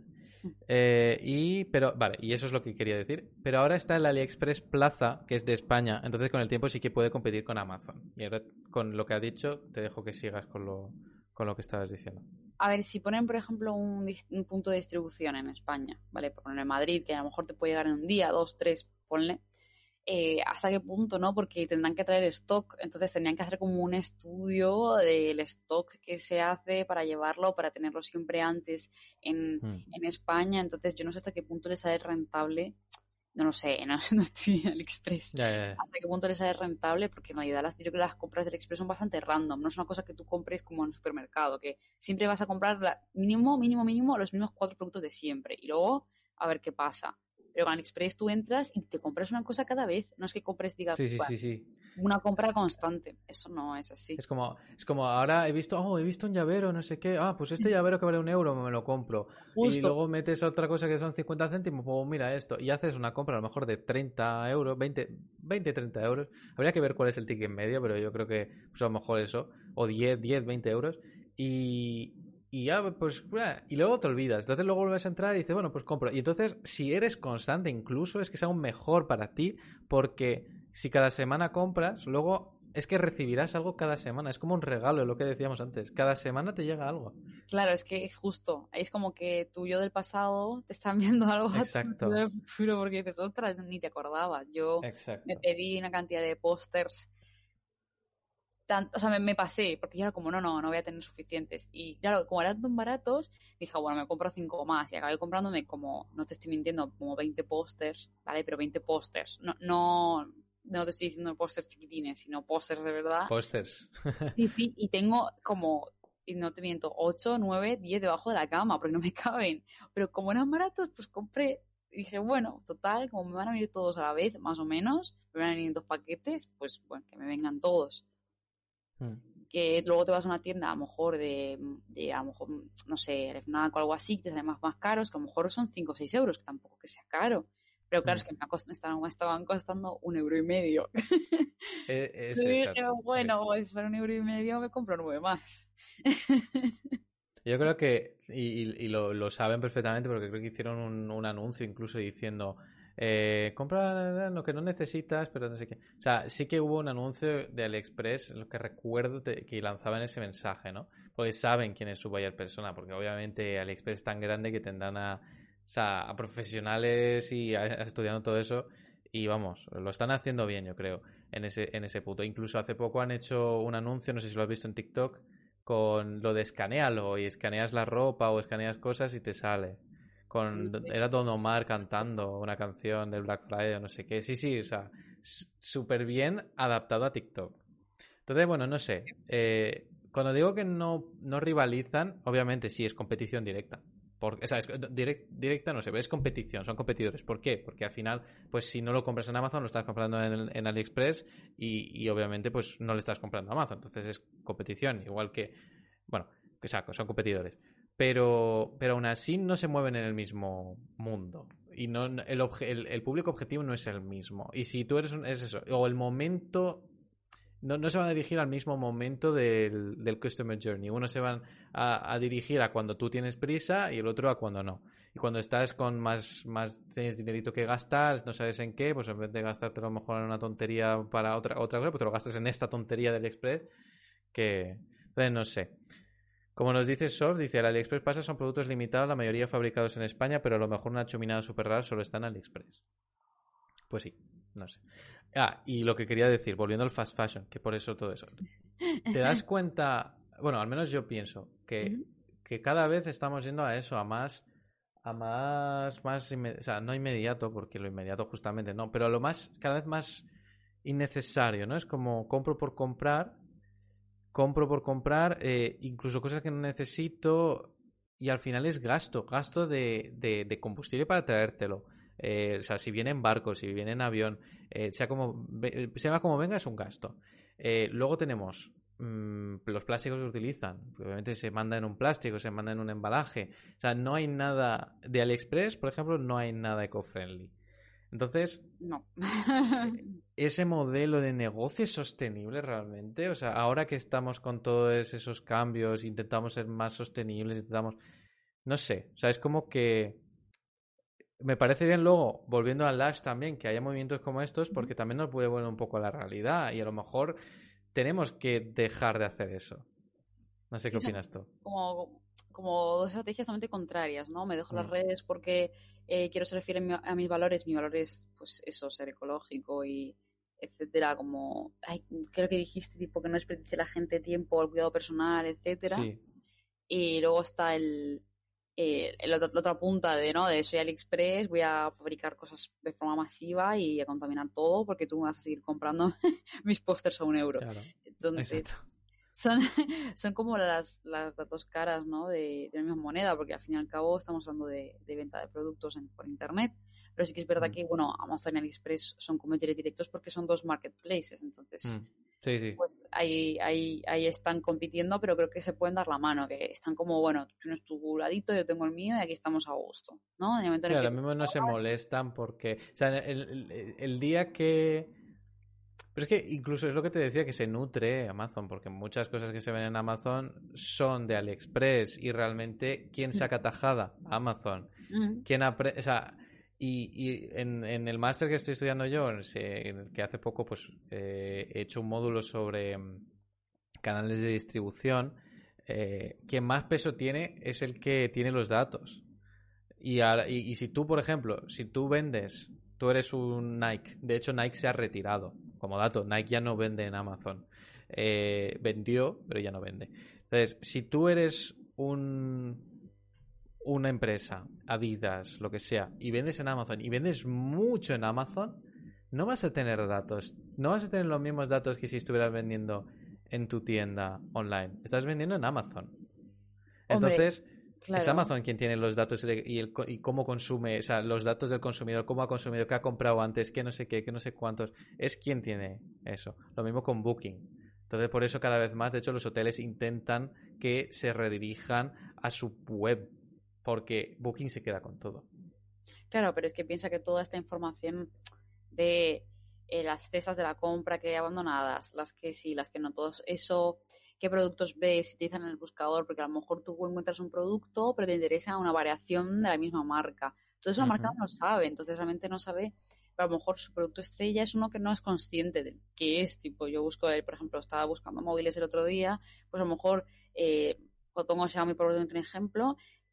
Eh, y, pero, vale, y eso es lo que quería decir. Pero ahora está el AliExpress Plaza, que es de España. Entonces, con el tiempo sí que puede competir con Amazon. Y ahora, con lo que has dicho, te dejo que sigas con lo, con lo que estabas diciendo. a ver, si ponen, por ejemplo, un, dis- un punto de distribución en España, ¿vale? Por poner en Madrid, que a lo mejor te puede llegar en un día, dos, tres, ponle. Eh, ¿hasta qué punto, no? Porque tendrán que traer stock, entonces tendrían que hacer como un estudio del stock que se hace para llevarlo, para tenerlo siempre antes en, Mm. en España. Entonces, yo no sé hasta qué punto les sale rentable, no lo sé, no, no estoy en AliExpress. Ya, ya, ya. Hasta qué punto les sale rentable, porque en realidad las, yo creo que las compras del AliExpress son bastante random, no es una cosa que tú compres como en un supermercado, que siempre vas a comprar la, mínimo, mínimo, mínimo los mismos cuatro productos de siempre y luego a ver qué pasa. Pero con AliExpress tú entras y te compras una cosa cada vez, no es que compres, diga, Sí, sí, sí, sí. una compra constante, eso no es así. Es como, es como ahora he visto, oh, he visto un llavero, no sé qué. Ah, pues este llavero que vale un euro me lo compro. Y Justo, luego metes otra cosa que son cincuenta céntimos, pues mira esto. Y haces una compra a lo mejor de treinta euros, veinte, veinte, treinta euros. Habría que ver cuál es el ticket medio, pero yo creo que pues a lo mejor eso. O diez, diez, veinte euros. Y, y ya, pues, y luego te olvidas. Entonces luego vuelves a entrar y dices, bueno, pues compro. Y entonces, si eres constante, incluso es que es aún mejor para ti, porque si cada semana compras, luego es que recibirás algo cada semana. Es como un regalo, lo que decíamos antes. Cada semana te llega algo. claro, es que es justo, es como que tu yo del pasado te está enviando algo a tu yo Exacto, del futuro porque dices, otras, ni te acordabas. Yo me exacto. pedí una cantidad de pósters tan, o sea, me, me pasé, porque yo era como, no, no, no voy a tener suficientes. Y claro, como eran tan baratos, dije, bueno, me compro cinco más. Y acabé comprándome como, no te estoy mintiendo, como veinte pósters, ¿vale? Pero veinte pósters. No, no, no te estoy diciendo pósters chiquitines, sino pósters de verdad. Pósters. Sí, sí, y tengo como, y no te miento, ocho, nueve, diez debajo de la cama, porque no me caben. Pero como eran baratos, pues compré. Y dije, bueno, total, como me van a venir todos a la vez, más o menos, me van a venir en dos paquetes, pues bueno, que me vengan todos Mm. que luego te vas a una tienda a lo mejor de, de a lo mejor, no sé, el FNAC o algo así, que te salen más, más caros, que a lo mejor son cinco o seis euros, que tampoco que sea caro. Pero claro, Mm. es que me, cost- me estaban, me estaban costando un euro y medio. E- Es, Y dije, exacto. bueno, pues para un euro y medio me compro nueve más. Yo creo que, y, y- y lo, lo saben perfectamente porque creo que hicieron un, un anuncio incluso diciendo, eh, compra lo que no necesitas, pero no sé qué. O sea, sí que hubo un anuncio de AliExpress, lo que recuerdo te- que lanzaban ese mensaje, ¿no? Porque saben quién es su buyer persona, porque obviamente AliExpress es tan grande que tendrán a, o sea, a profesionales y a, a estudiando todo eso y vamos, lo están haciendo bien, yo creo. en ese, en ese punto. Incluso hace poco han hecho un anuncio, no sé si lo has visto en TikTok, con lo de escanealo y escaneas la ropa o escaneas cosas y te sale. Con, era Don Omar cantando una canción del Black Friday o no sé qué. Sí, sí, o sea, súper bien adaptado a TikTok. Entonces, bueno, no sé. Eh, cuando digo que no, no rivalizan, obviamente sí es competición directa. Porque, o sea, es direct, directa no sé, pero es competición, son competidores. ¿Por qué? Porque al final, pues si no lo compras en Amazon, lo estás comprando en, en AliExpress y, y obviamente pues no le estás comprando a Amazon. Entonces es competición, igual que, bueno, que saco, son competidores. Pero, pero aún así no se mueven en el mismo mundo. Y no el, obje, el, el público objetivo no es el mismo. Y si tú eres un, es eso, o el momento... No, no se van a dirigir al mismo momento del, del Customer Journey. Uno se van a, a dirigir a cuando tú tienes prisa y el otro a cuando no. Y cuando estás con más, más tienes dinerito que gastar, no sabes en qué, pues en vez de gastarte a lo mejor en una tontería para otra, otra cosa, pues te lo gastas en esta tontería del Express que... Entonces, no sé. Como nos dice Soft, dice, el AliExpress pasa son productos limitados, la mayoría fabricados en España, pero a lo mejor una chuminada súper rara solo está en AliExpress. Pues sí, no sé. Ah, y lo que quería decir, volviendo al fast fashion, que por eso todo eso. ¿Te das cuenta? Bueno, al menos yo pienso que, uh-huh. que cada vez estamos yendo a eso, a más, a más, más, o sea, no inmediato, porque lo inmediato justamente no, pero a lo más, cada vez más innecesario, ¿no? Es como compro por comprar, compro por comprar, eh, incluso cosas que no necesito y al final es gasto, gasto de, de, de combustible para traértelo. Eh, o sea, si viene en barco, si viene en avión, eh, sea como sea como venga, es un gasto. Eh, luego tenemos mmm, los plásticos que utilizan. Obviamente se manda en un plástico, se manda en un embalaje. O sea, no hay nada de AliExpress, por ejemplo, no hay nada eco-friendly. Entonces, no. ¿ese modelo de negocio es sostenible realmente? O sea, ahora que estamos con todos esos cambios, intentamos ser más sostenibles, intentamos... No sé, o sea, es como que... Me parece bien luego, volviendo al Lash también, que haya movimientos como estos, porque también nos puede volver un poco a la realidad y a lo mejor tenemos que dejar de hacer eso. No sé sí, qué opinas tú. Como, como dos estrategias totalmente contrarias, ¿no? Me dejo mm. las redes porque eh, quiero ser fiel a mis valores. Mi valor es, pues eso, ser ecológico y etcétera. Como, ay, creo que dijiste, tipo, que no desperdicie la gente tiempo, el cuidado personal, etcétera. Sí. Y luego está el... Eh, la otra punta de, ¿no? De soy AliExpress, voy a fabricar cosas de forma masiva y a contaminar todo porque tú me vas a seguir comprando mis pósters a un euro. Claro. Entonces, son, son como las, las dos caras, ¿no? De, de la misma moneda, porque al fin y al cabo estamos hablando de, de venta de productos en, por internet. Pero sí que es verdad mm. que, bueno, Amazon y AliExpress son comercios directos porque son dos marketplaces. Entonces, mm. sí, sí. pues ahí, ahí, ahí están compitiendo, pero creo que se pueden dar la mano, que están como, bueno, tú tienes tu ladito, yo tengo el mío y aquí estamos a gusto, ¿no? En el momento en claro, el ahora mismo no pagas... se molestan porque, o sea, el, el, el día que... Pero es que incluso es lo que te decía, que se nutre Amazon, porque muchas cosas que se ven en Amazon son de AliExpress y realmente, ¿quién saca tajada? Amazon. Mm. ¿Quién apre... O sea, y, y en, en el máster que estoy estudiando yo, que hace poco pues eh, he hecho un módulo sobre canales de distribución, eh, quien más peso tiene es el que tiene los datos. Y, ahora, y, y si tú, por ejemplo, si tú vendes, tú eres un Nike, de hecho Nike se ha retirado, como dato, Nike ya no vende en Amazon. Eh, vendió, pero ya no vende. Entonces, si tú eres un... una empresa, Adidas, lo que sea, y vendes en Amazon y vendes mucho en Amazon, no vas a tener datos, no vas a tener los mismos datos que si estuvieras vendiendo en tu tienda online. Estás vendiendo en Amazon. Entonces, Hombre, claro. es Amazon quien tiene los datos de, y, el, y cómo consume, o sea, los datos del consumidor, cómo ha consumido, qué ha comprado antes, qué no sé qué, qué no sé cuántos. Es quien tiene eso. Lo mismo con Booking. Entonces, por eso cada vez más, de hecho, los hoteles intentan que se redirijan a su web, porque Booking se queda con todo. Claro, pero es que piensa que toda esta información de eh, las cestas de la compra que hay abandonadas, las que sí, las que no, todo eso, qué productos ves, si utilizan en el buscador, porque a lo mejor tú encuentras un producto, pero te interesa una variación de la misma marca. Todo eso uh-huh. la marca no lo sabe, entonces realmente no sabe, pero a lo mejor su producto estrella es uno que no es consciente de qué es. Tipo, yo busco, por ejemplo, estaba buscando móviles el otro día, pues a lo mejor, eh, pongo Xiaomi por un ejemplo,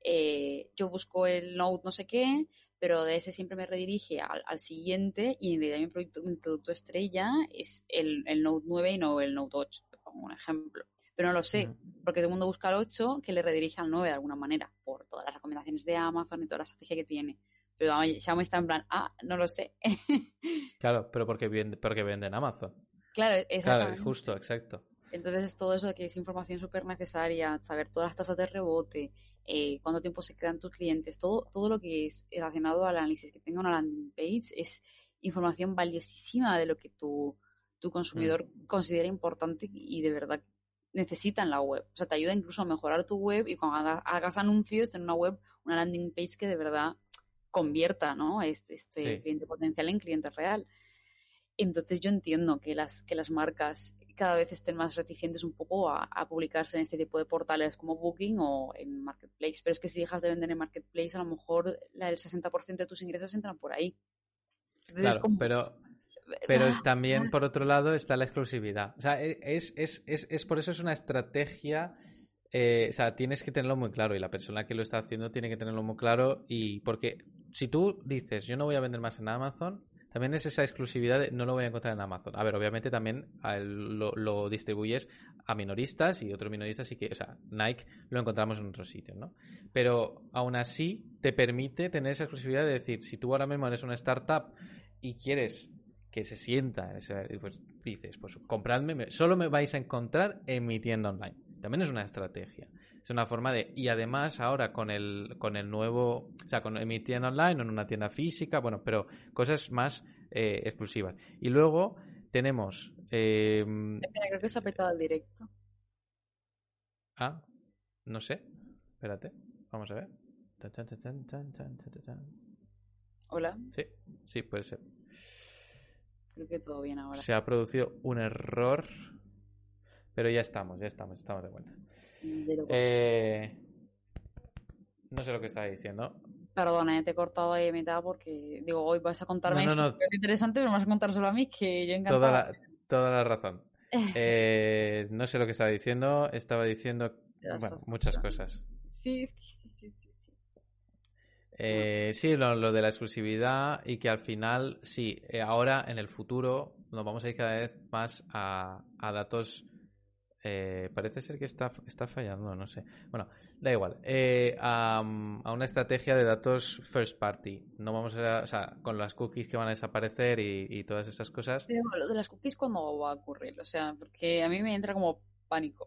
eh, yo busco el Note no sé qué, pero de ese siempre me redirige al, al siguiente y en realidad mi producto, mi producto estrella es el, el Note nueve y no el Note ocho, te pongo un ejemplo. Pero no lo sé, Mm. porque todo el mundo busca el ocho que le redirige al nueve de alguna manera, por todas las recomendaciones de Amazon y toda la estrategia que tiene. Pero Xiaomi está en plan, ah, no lo sé. Claro, pero porque vende, porque vende en Amazon. Claro, Claro, exactamente. justo, exacto. Entonces es todo eso de que es información súper necesaria, saber todas las tasas de rebote, eh, cuánto tiempo se quedan tus clientes, todo, todo lo que es relacionado al análisis que tenga una landing page es información valiosísima de lo que tu, tu consumidor Mm. considera importante y de verdad necesita en la web. O sea, te ayuda incluso a mejorar tu web y cuando hagas, hagas anuncios, tener una web, una landing page que de verdad convierta, ¿no? este, este Sí. cliente potencial en cliente real. Entonces yo entiendo que las, que las marcas cada vez estén más reticentes un poco a, a publicarse en este tipo de portales como Booking o en Marketplace. Pero es que si dejas de vender en Marketplace, a lo mejor la, el sesenta por ciento de tus ingresos entran por ahí. Entonces es Claro, como... pero, pero también por otro lado está la exclusividad. O sea, es, es, es, es por eso es una estrategia. Eh, o sea, tienes que tenerlo muy claro y la persona que lo está haciendo tiene que tenerlo muy claro. Y porque si tú dices, yo no voy a vender más en Amazon, también es esa exclusividad de no lo voy a encontrar en Amazon. A ver, obviamente también a él lo, lo distribuyes a minoristas y otros minoristas y que, o sea, Nike lo encontramos en otros sitios, ¿no? Pero aún así te permite tener esa exclusividad de decir, si tú ahora mismo eres una startup y quieres que se sienta, pues dices, pues compradme, solo me vais a encontrar en mi tienda online. También es una estrategia. Es una forma de... Y además ahora con el, con el nuevo... O sea, con en mi tienda online o en una tienda física, bueno, pero cosas más eh, exclusivas. Y luego tenemos... Eh, Espera, creo que se ha petado el directo. ah, no sé. Espérate. Vamos a ver. Hola. Sí, sí, puede ser. Creo que todo bien ahora. Se ha producido un error... Pero ya estamos, ya estamos, estamos de vuelta. De locos. Eh, no sé lo que estaba diciendo. Perdona, eh, te he cortado ahí a mitad porque, digo, hoy vas a contarme No, no, esto no. que es interesante, pero me vas a contar solo a mí, que yo Toda encantada. la, toda la razón. Eh, no sé lo que estaba diciendo. Estaba diciendo, bueno, muchas cosas. Sí, es que sí, sí, sí. sí. Eh, sí, lo, lo de la exclusividad y que al final, sí, eh, ahora en el futuro nos vamos a ir cada vez más a, a datos. Eh, parece ser que está, está fallando, no sé. Bueno, da igual. Eh, a, a una estrategia de datos first party. No vamos a, o sea, con las cookies que van a desaparecer y, y todas esas cosas. Pero lo de las cookies, ¿cuándo va a ocurrir? O sea, porque a mí me entra como pánico.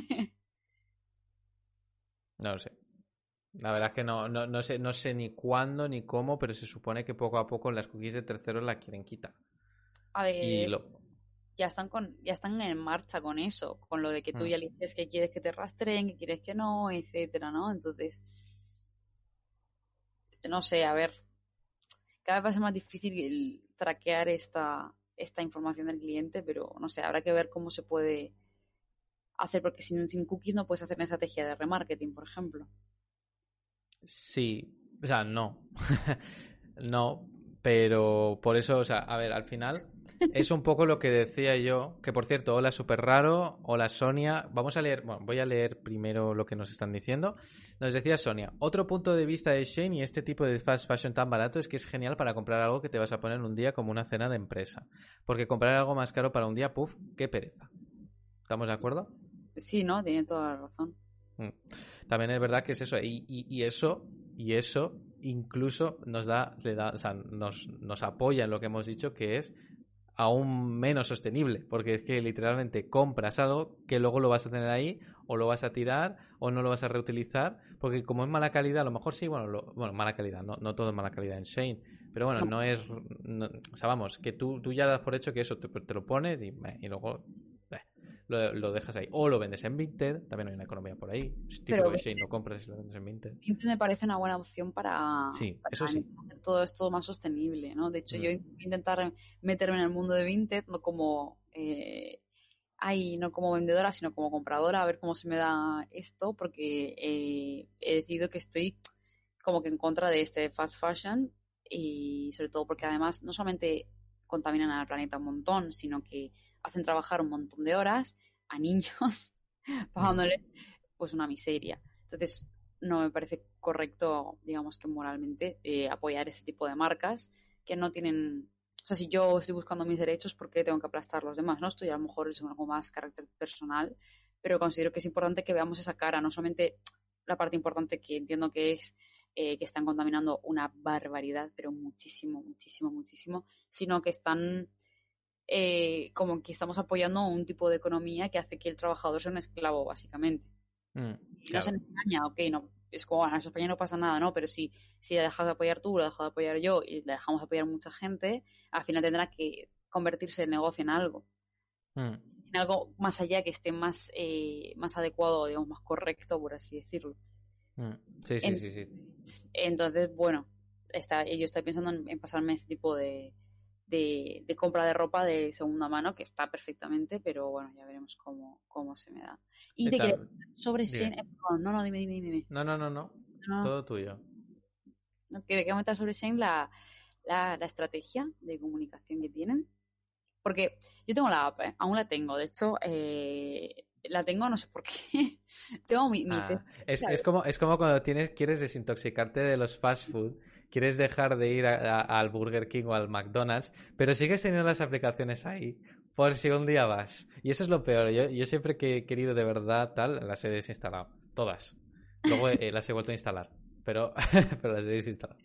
No lo sé. La verdad es que no, no, no sé, no sé ni cuándo ni cómo, pero se supone que poco a poco las cookies de terceros las quieren quitar. A ver, Y lo, ya están con, ya están en marcha con eso, con lo de que tú mm. ya le dices que quieres que te rastreen, que quieres que no, etcétera, ¿no? Entonces, no sé, a ver, cada vez va a ser más difícil el traquear esta, esta información del cliente, pero no sé, habrá que ver cómo se puede hacer, porque sin, sin cookies no puedes hacer una estrategia de remarketing, por ejemplo. Sí, o sea, no. No, pero por eso, o sea, a ver, al final es un poco lo que decía yo, que por cierto, hola súper raro, hola Sonia, vamos a leer, bueno, voy a leer primero lo que nos están diciendo. Nos decía Sonia, otro punto de vista de Shein y este tipo de fast fashion tan barato es que es genial para comprar algo que te vas a poner en un día como una cena de empresa, porque comprar algo más caro para un día, puf, qué pereza. ¿Estamos de acuerdo? Sí, ¿no? Tiene toda la razón. También es verdad que es eso, y, y, y eso, y eso incluso nos da, le da, o sea, nos, nos apoya en lo que hemos dicho, que es aún menos sostenible, porque es que literalmente compras algo que luego lo vas a tener ahí, o lo vas a tirar, o no lo vas a reutilizar, porque como es mala calidad, a lo mejor sí, bueno, lo, bueno, mala calidad, no, no todo es mala calidad en Shein, pero bueno, no es, no, o sea, vamos, que tú, tú ya das por hecho que eso te, te lo pones y, y luego eh, lo, lo dejas ahí, o lo vendes en Vinted, también hay una economía por ahí, es tipo Pero de Shein, lo compras y lo vendes en Vinted. Vinted me parece una buena opción para, Sí, para eso sí. hacer todo esto más sostenible, ¿no? De hecho, Mm. yo intentar meterme en el mundo de Vinted, no como eh, ay, no como vendedora, sino como compradora, a ver cómo se me da esto, porque eh, he decidido que estoy como que en contra de este fast fashion y sobre todo porque además no solamente contaminan al planeta un montón, sino que hacen trabajar un montón de horas a niños pagándoles pues una miseria. Entonces, no me parece correcto, digamos que moralmente, eh, apoyar ese tipo de marcas que no tienen... O sea, si yo estoy buscando mis derechos, ¿por qué tengo que aplastar a los demás? ¿No? Estoy a lo mejor es algo más carácter personal, pero considero que es importante que veamos esa cara, no solamente la parte importante que entiendo que es eh, que están contaminando una barbaridad, pero muchísimo, muchísimo, muchísimo, sino que están eh, como que estamos apoyando un tipo de economía que hace que el trabajador sea un esclavo, básicamente. Mm, Y no se claro. engaña, ok, no, es como, bueno, en España no pasa nada, ¿no? Pero si, si la dejas de apoyar tú, la dejas de apoyar yo y la dejamos de apoyar mucha gente, al final tendrá que convertirse el negocio en algo, Mm, en algo más allá que esté más, eh, más adecuado, digamos, más correcto, por así decirlo. mm. Sí, sí, sí, sí. Entonces, entonces, bueno, está, yo estoy pensando en, en pasarme este tipo de, de, de compra de ropa de segunda mano, que está perfectamente, pero bueno, ya veremos cómo, cómo se me da. Y Y te quería tal, preguntar sobre dime. Shane. eh, perdón, no, no, dime, dime, dime. dime. No, no, no, no. No, Todo tuyo. no, que te quería comentar sobre Shane la, la, la estrategia de comunicación que tienen. Porque yo tengo la app, ¿eh? Aún la tengo. De hecho, eh, la tengo, no sé por qué. tengo mi, mi Ah, cesta, es, es ¿sabes? como, es como cuando tienes, quieres desintoxicarte de los fast food, quieres dejar de ir a- a- al Burger King o al McDonald's, pero sigues teniendo las aplicaciones ahí, por si un día vas. Y eso es lo peor. Yo, yo siempre que he querido de verdad tal, las he desinstalado. Todas. Luego eh, las he vuelto a instalar. Pero, pero las he desinstalado.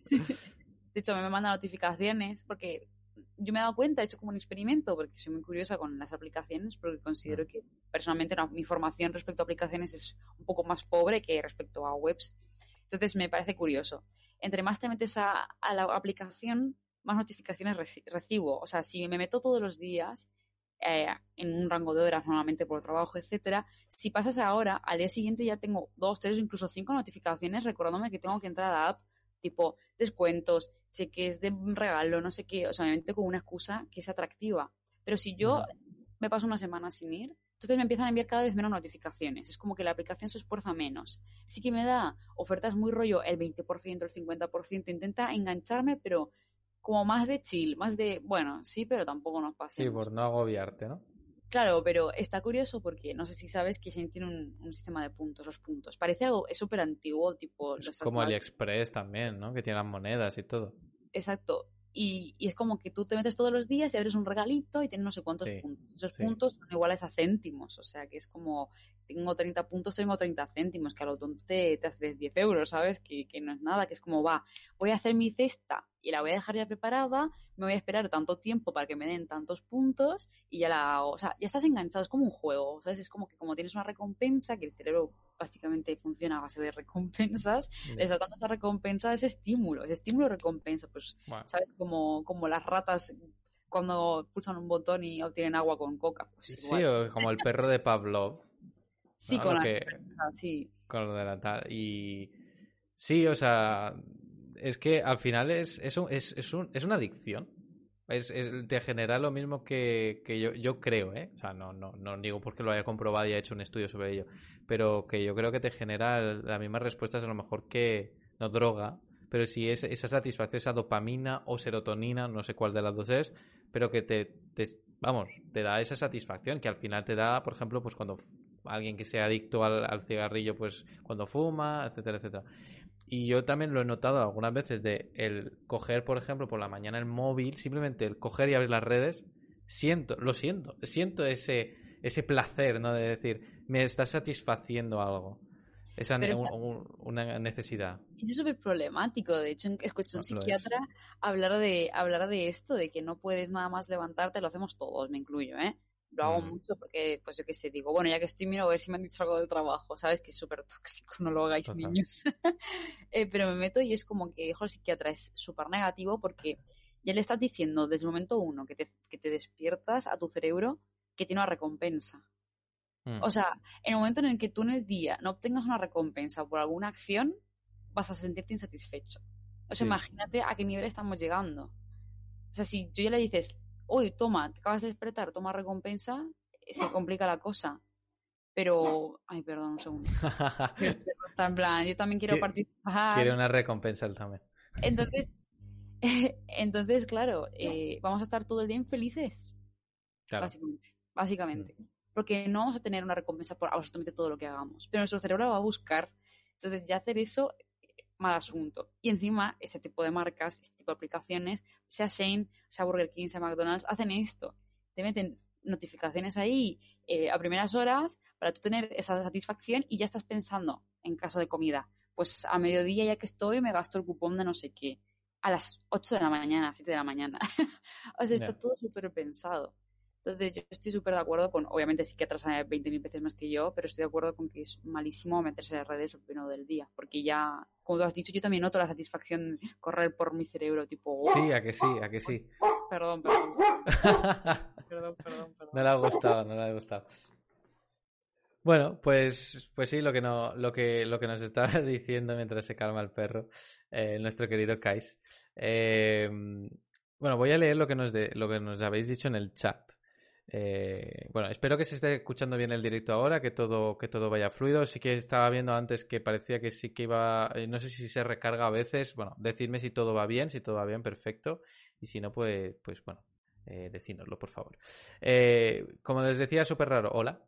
De hecho, me manda notificaciones porque yo me he dado cuenta, he hecho como un experimento, porque soy muy curiosa con las aplicaciones, porque Mm, considero que personalmente no, mi formación respecto a aplicaciones es un poco más pobre que respecto a webs. Entonces me parece curioso. Entre más te metes a, a la aplicación, más notificaciones reci- recibo. O sea, si me meto todos los días, eh, en un rango de horas, normalmente por trabajo, etcétera, si pasas ahora, al día siguiente ya tengo dos, tres o incluso cinco notificaciones recordándome que tengo que entrar a la app, tipo descuentos, cheques de regalo, no sé qué, o sea, obviamente con una excusa que es atractiva. Pero si yo ujú. me paso una semana sin ir, entonces me empiezan a enviar cada vez menos notificaciones. Es como que la aplicación se esfuerza menos. Sí que me da ofertas muy rollo el veinte por ciento, el cincuenta por ciento, intenta engancharme, pero como más de chill, más de, bueno, sí, pero tampoco nos Sí, pasemos. por no agobiarte, ¿no? Claro, pero está curioso porque no sé si sabes que Shane tiene un, un sistema de puntos, los puntos. Parece algo, es súper antiguo, tipo Es los como actuales. AliExpress también, ¿no? Que tiene las monedas y todo. Exacto. Y, y es como que tú te metes todos los días y abres un regalito y tienes no sé cuántos Sí, puntos. Esos sí. puntos son iguales a céntimos. O sea que es como, tengo treinta puntos, tengo treinta céntimos, que a lo tonto te, te hace diez euros, ¿sabes? Que, que no es nada, que es como, va, voy a hacer mi cesta y la voy a dejar ya preparada, me voy a esperar tanto tiempo para que me den tantos puntos y ya la hago. O sea, ya estás enganchado, es como un juego, ¿sabes? Es como que como tienes una recompensa, que el cerebro básicamente funciona a base de recompensas, le Ya. estás dando esa recompensa, ese estímulo, ese estímulo recompensa, pues, Bueno. ¿sabes? Como, como las ratas cuando pulsan un botón y obtienen agua con coca, pues Sí, igual. o como el perro de Pavlov, Sí, ¿no? con Lo la que, sí. con lo de la tal. Y sí, o sea, es que al final es, es, un- es, es, un- es una adicción. Es, es- te genera lo mismo que, que yo, yo creo, ¿eh? O sea, no, no, no digo porque lo haya comprobado y haya hecho un estudio sobre ello, pero que yo creo que te genera el- las mismas respuestas a lo mejor que, no droga, pero sí es esa satisfacción, esa dopamina o serotonina, no sé cuál de las dos es, pero que te, te- vamos, te da esa satisfacción que al final te da, por ejemplo, pues cuando f- alguien que sea adicto al, al cigarrillo, pues cuando fuma, etcétera, etcétera. Y yo también lo he notado algunas veces de el coger, por ejemplo, por la mañana el móvil, simplemente el coger y abrir las redes, siento, lo siento, siento ese, ese placer, ¿no? De decir, me está satisfaciendo algo. Esa Pero ne- es, un- un- una necesidad. es súper problemático. De hecho, escuché a un Bueno, lo es. psiquiatra hablar de, hablar de esto, de que no puedes nada más levantarte, lo hacemos todos, me incluyo, ¿eh? Lo hago Mm, mucho porque, pues yo qué sé, digo, bueno, ya que estoy, miro a ver si me han dicho algo del trabajo, ¿sabes? Que es súper tóxico, no lo hagáis, total. niños. Eh, pero me meto y es como que, hijo, el psiquiatra es súper negativo porque ya le estás diciendo desde el momento uno que te, que te despiertas a tu cerebro que tiene una recompensa. Mm, O sea, en el momento en el que tú en el día no obtengas una recompensa por alguna acción, vas a sentirte insatisfecho. O sea, sí. imagínate a qué nivel estamos llegando. O sea, si tú ya le dices, uy, toma, te acabas de despertar, toma recompensa, eh, se complica la cosa. Pero, ay, perdón, un segundo. El perro está en plan, yo también quiero Qui- participar. Quiere una recompensa él también. Entonces, entonces, claro, eh, vamos a estar todo el día infelices, Claro. básicamente. Mm, Básicamente. Porque no vamos a tener una recompensa por absolutamente todo lo que hagamos. Pero nuestro cerebro va a buscar Entonces ya hacer eso, mal asunto. Y encima, este tipo de marcas, este tipo de aplicaciones, sea Shein, sea Burger King, sea McDonald's, hacen esto. Te meten notificaciones ahí eh, a primeras horas para tú tener esa satisfacción y ya estás pensando en caso de comida. Pues a mediodía ya que estoy me gasto el cupón de no sé qué. A las ocho de la mañana, siete de la mañana. O sea, está Yeah. todo súper pensado. Entonces yo estoy súper de acuerdo con, obviamente sí que atrasa veinte mil veces más que yo, pero estoy de acuerdo con que es malísimo meterse en redes el primero del día, porque ya, como tú has dicho, yo también noto la satisfacción de correr por mi cerebro, tipo, ¡oh! Sí, a que sí, a que sí. Perdón, perdón. Perdón, perdón, perdón. No le ha gustado, no le ha gustado. Bueno, pues, pues sí, lo que, no, lo, que, lo que nos estaba diciendo mientras se calma el perro, eh, nuestro querido Kais. Eh, bueno, voy a leer lo que nos, de, lo que nos habéis dicho en el chat. Eh, bueno, espero que se esté escuchando bien el directo ahora, que todo, que todo vaya fluido. Sí que estaba viendo antes que parecía que sí que iba... eh, no sé si se recarga a veces. Bueno, decidme si todo va bien, si todo va bien, perfecto. Y si no, pues, pues bueno, eh, decídnoslo, por favor. Eh, como les decía, súper raro. Hola.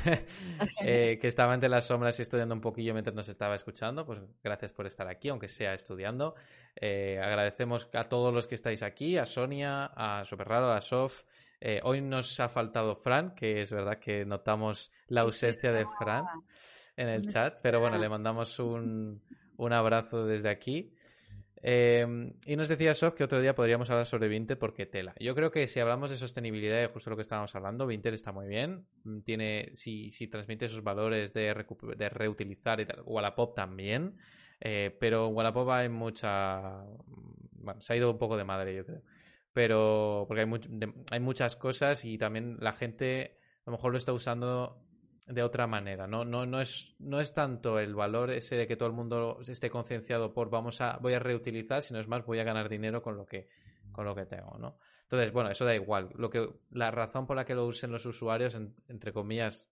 eh, que estaba entre las sombras y estudiando un poquillo mientras nos estaba escuchando. Pues gracias por estar aquí, aunque sea estudiando. Eh, agradecemos a todos los que estáis aquí, a Sonia, a Super Raro, a Sof. Eh, hoy nos ha faltado Fran, que es verdad que notamos la ausencia de Fran en el chat, pero bueno, le mandamos un, un abrazo desde aquí. Eh, y nos decía Sof que otro día podríamos hablar sobre Vinted porque tela. Yo creo que si hablamos de sostenibilidad, justo lo que estábamos hablando, Vinted está muy bien. Tiene, si, si transmite esos valores de, recu- de reutilizar y tal. Wallapop también. Eh, pero en Wallapop hay mucha... Bueno, se ha ido un poco de madre, yo creo. Pero porque hay, much- de- hay muchas cosas y también la gente a lo mejor lo está usando de otra manera. No, no, no, es, no es tanto el valor ese de que todo el mundo esté concienciado por vamos a, voy a reutilizar, sino es más voy a ganar dinero con lo que, con lo que tengo, ¿no? Entonces, bueno, eso da igual. Lo que, la razón por la que lo usen los usuarios, en- entre comillas,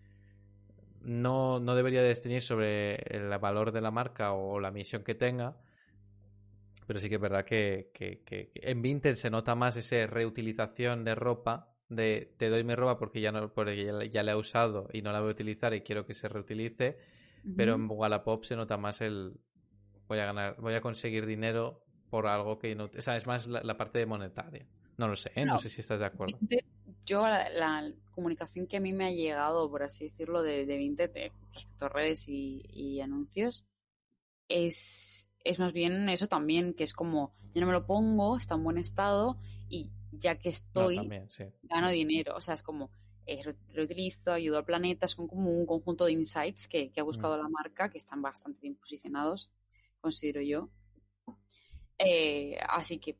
no, no debería distinguir sobre el valor de la marca o la misión que tenga. Pero sí que es verdad que, que, que, que en Vinted se nota más esa reutilización de ropa, de te doy mi ropa porque ya no porque ya, ya la he usado y no la voy a utilizar y quiero que se reutilice, Uh-huh. pero en Wallapop se nota más el voy a ganar, voy a conseguir dinero por algo que no, o sea, es más la, la parte de monetaria. No lo sé, ¿eh? No, no sé si estás de acuerdo. Vinted, yo la, la comunicación que a mí me ha llegado, por así decirlo, de, de Vinted de, respecto a redes y, y anuncios es, es más bien eso también, que es como yo no me lo pongo, está en buen estado y ya que estoy, no, también, sí. gano dinero. O sea, es como eh, re- reutilizo, ayudo al planeta, son como un conjunto de insights que, que ha buscado mm. la marca, que están bastante bien posicionados, considero yo. Eh, así que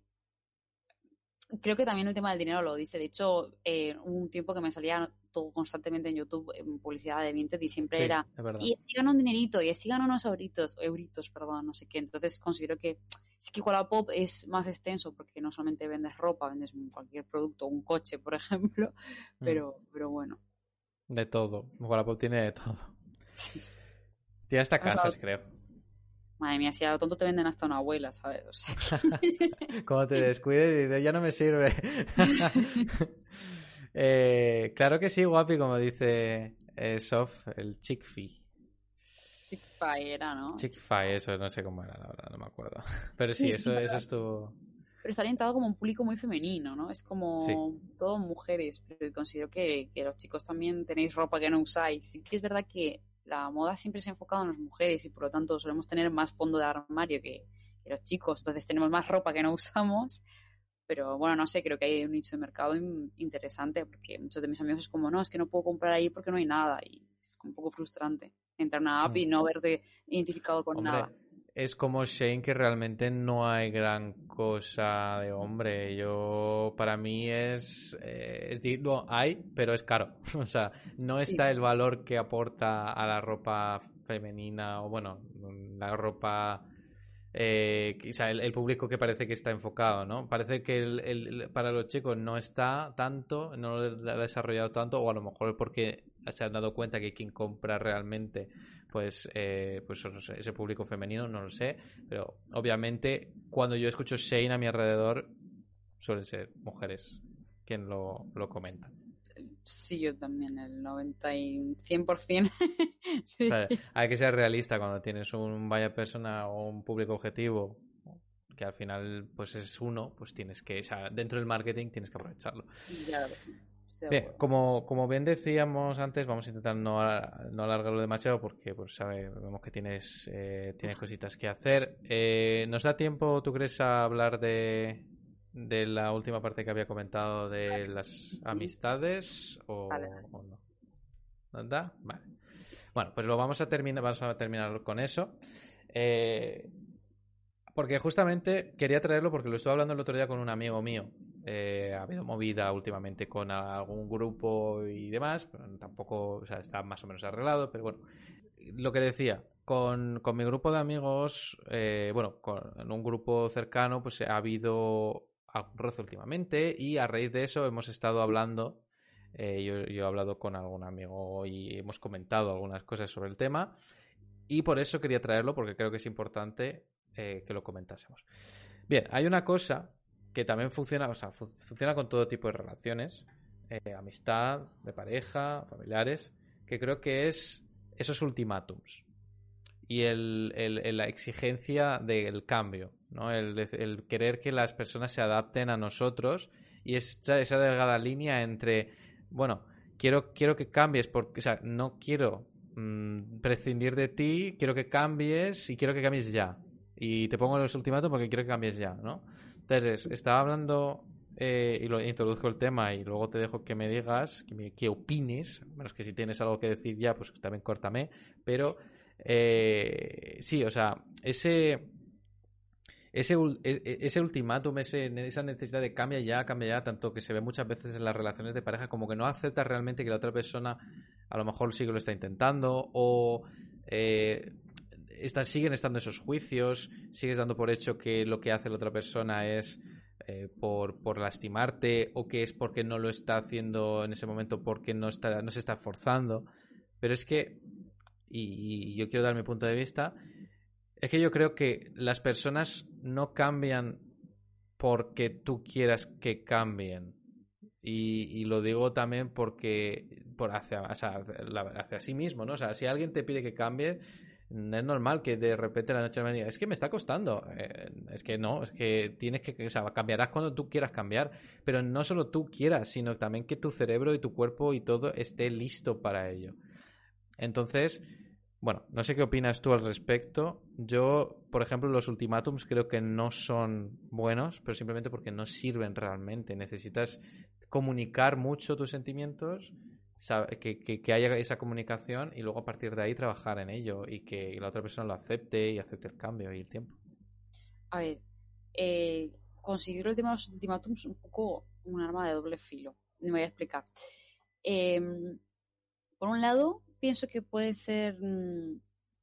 creo que también el tema del dinero lo dice. De hecho, eh, hubo un tiempo que me salía todo constantemente en YouTube en publicidad de Vinted y siempre sí, era y así gano un dinerito, y así gano unos euritos, euritos, perdón, no sé qué. Entonces considero que es que Wallapop es más extenso porque no solamente vendes ropa, vendes cualquier producto, un coche, por ejemplo, pero, mm. pero bueno. De todo. Wallapop tiene de todo. Sí. Tiene hasta casas, o sea, creo. Madre mía, si a lo tonto te venden hasta una abuela, ¿sabes? O sea, como te descuides y dices, ya no me sirve. eh, claro que sí, guapi, como dice eh, Sof, el Chick-fil. Chick-fil era, ¿no? Chick-fil, eso no sé cómo era, la verdad, no me acuerdo. Pero sí, sí eso, sí, eso estuvo... Pero está orientado como un público muy femenino, ¿no? Es como sí. todo mujeres, pero considero que, que los chicos también tenéis ropa que no usáis. Sí que es verdad que la moda siempre se ha enfocado en las mujeres y por lo tanto solemos tener más fondo de armario que, que los chicos, entonces tenemos más ropa que no usamos, pero bueno, no sé, creo que hay un nicho de mercado interesante porque muchos de mis amigos es como, no, es que no puedo comprar ahí porque no hay nada y es un poco frustrante entrar a una app mm. y no verte identificado con Hombre, nada. Es como Shein, que realmente no hay gran cosa de hombre. Yo, para mí es, eh, es no, hay, pero es caro. O sea, no está sí. el valor que aporta a la ropa femenina o bueno, la ropa, eh, o sea, el, el público que parece que está enfocado, ¿no? Parece que el, el, para los chicos no está tanto, no lo ha desarrollado tanto, o a lo mejor porque se han dado cuenta que quien compra realmente pues, eh, pues no sé, ese público femenino, no lo sé, pero obviamente cuando yo escucho Shein a mi alrededor suelen ser mujeres quien lo, lo comentan. Sí, yo también, el noventa y cien por ciento. Sí. Vale, hay que ser realista cuando tienes un vaya persona o un público objetivo que al final pues es uno, pues tienes que, o sea, dentro del marketing tienes que aprovecharlo. Claro que sí. Estoy de Bien, acuerdo. como, como bien decíamos antes, vamos a intentar no, no alargarlo demasiado porque pues sabe, vemos que tienes, eh, tienes cositas que hacer. Eh, ¿nos da tiempo, tú crees, a hablar de, de la última parte que había comentado de las Sí. amistades o, Vale. o no? ¿Nos da? Vale. Bueno, pues lo vamos a terminar, vamos a terminar con eso. Eh, porque justamente quería traerlo porque lo estuve hablando el otro día con un amigo mío. Eh, ha habido movida últimamente con algún grupo y demás, pero tampoco, o sea, está más o menos arreglado, pero bueno, lo que decía, con, con mi grupo de amigos, eh, bueno, con un grupo cercano, pues ha habido algún roce últimamente y a raíz de eso hemos estado hablando, eh, yo, yo he hablado con algún amigo y hemos comentado algunas cosas sobre el tema y por eso quería traerlo porque creo que es importante eh, que lo comentásemos. Bien, hay una cosa que también funciona, o sea, fu- funciona con todo tipo de relaciones, eh, amistad, de pareja, familiares, que creo que es esos ultimátums y el, el- el- la exigencia del cambio, ¿no? El, el querer que las personas se adapten a nosotros y esa, esa delgada línea entre, bueno, quiero, quiero que cambies, porque, o sea, no quiero mm, prescindir de ti, quiero que cambies y quiero que cambies ya. Y te pongo los ultimátumos porque quiero que cambies ya, ¿no? Entonces, estaba hablando eh, y lo introduzco el tema y luego te dejo que me digas, que, me, que opines, a menos que si tienes algo que decir ya, pues también córtame, pero eh, sí, o sea, ese ese, ul- e- e- ese ultimátum, ese, esa necesidad de cambia ya, cambia ya, tanto que se ve muchas veces en las relaciones de pareja, como que no aceptas realmente que la otra persona a lo mejor sí que lo está intentando, o eh, están, siguen estando esos juicios, sigues dando por hecho que lo que hace la otra persona es eh, por, por lastimarte, o que es porque no lo está haciendo en ese momento porque no, está, no se está esforzando. Pero es que, y, y yo quiero dar mi punto de vista, es que yo creo que las personas no cambian porque tú quieras que cambien. Y, y lo digo también porque por hacia, o sea, la- hacia sí mismo, ¿no? O sea, si alguien te pide que cambie, no es normal que de repente la noche a la mañana diga, es que me está costando. Eh, es que no, es que tienes que, o sea, cambiarás cuando tú quieras cambiar, pero no solo tú quieras, sino también que tu cerebro y tu cuerpo y todo esté listo para ello. Entonces, bueno, no sé qué opinas tú al respecto. Yo, por ejemplo, los ultimátums creo que no son buenos, pero simplemente porque no sirven realmente. Necesitas comunicar mucho tus sentimientos, sab- que, que, que haya esa comunicación y luego a partir de ahí trabajar en ello y que la otra persona lo acepte y acepte el cambio y el tiempo. A ver, eh, considero el tema de los ultimátums un poco un arma de doble filo. Me voy a explicar. Eh, por un lado, pienso que puede ser mm,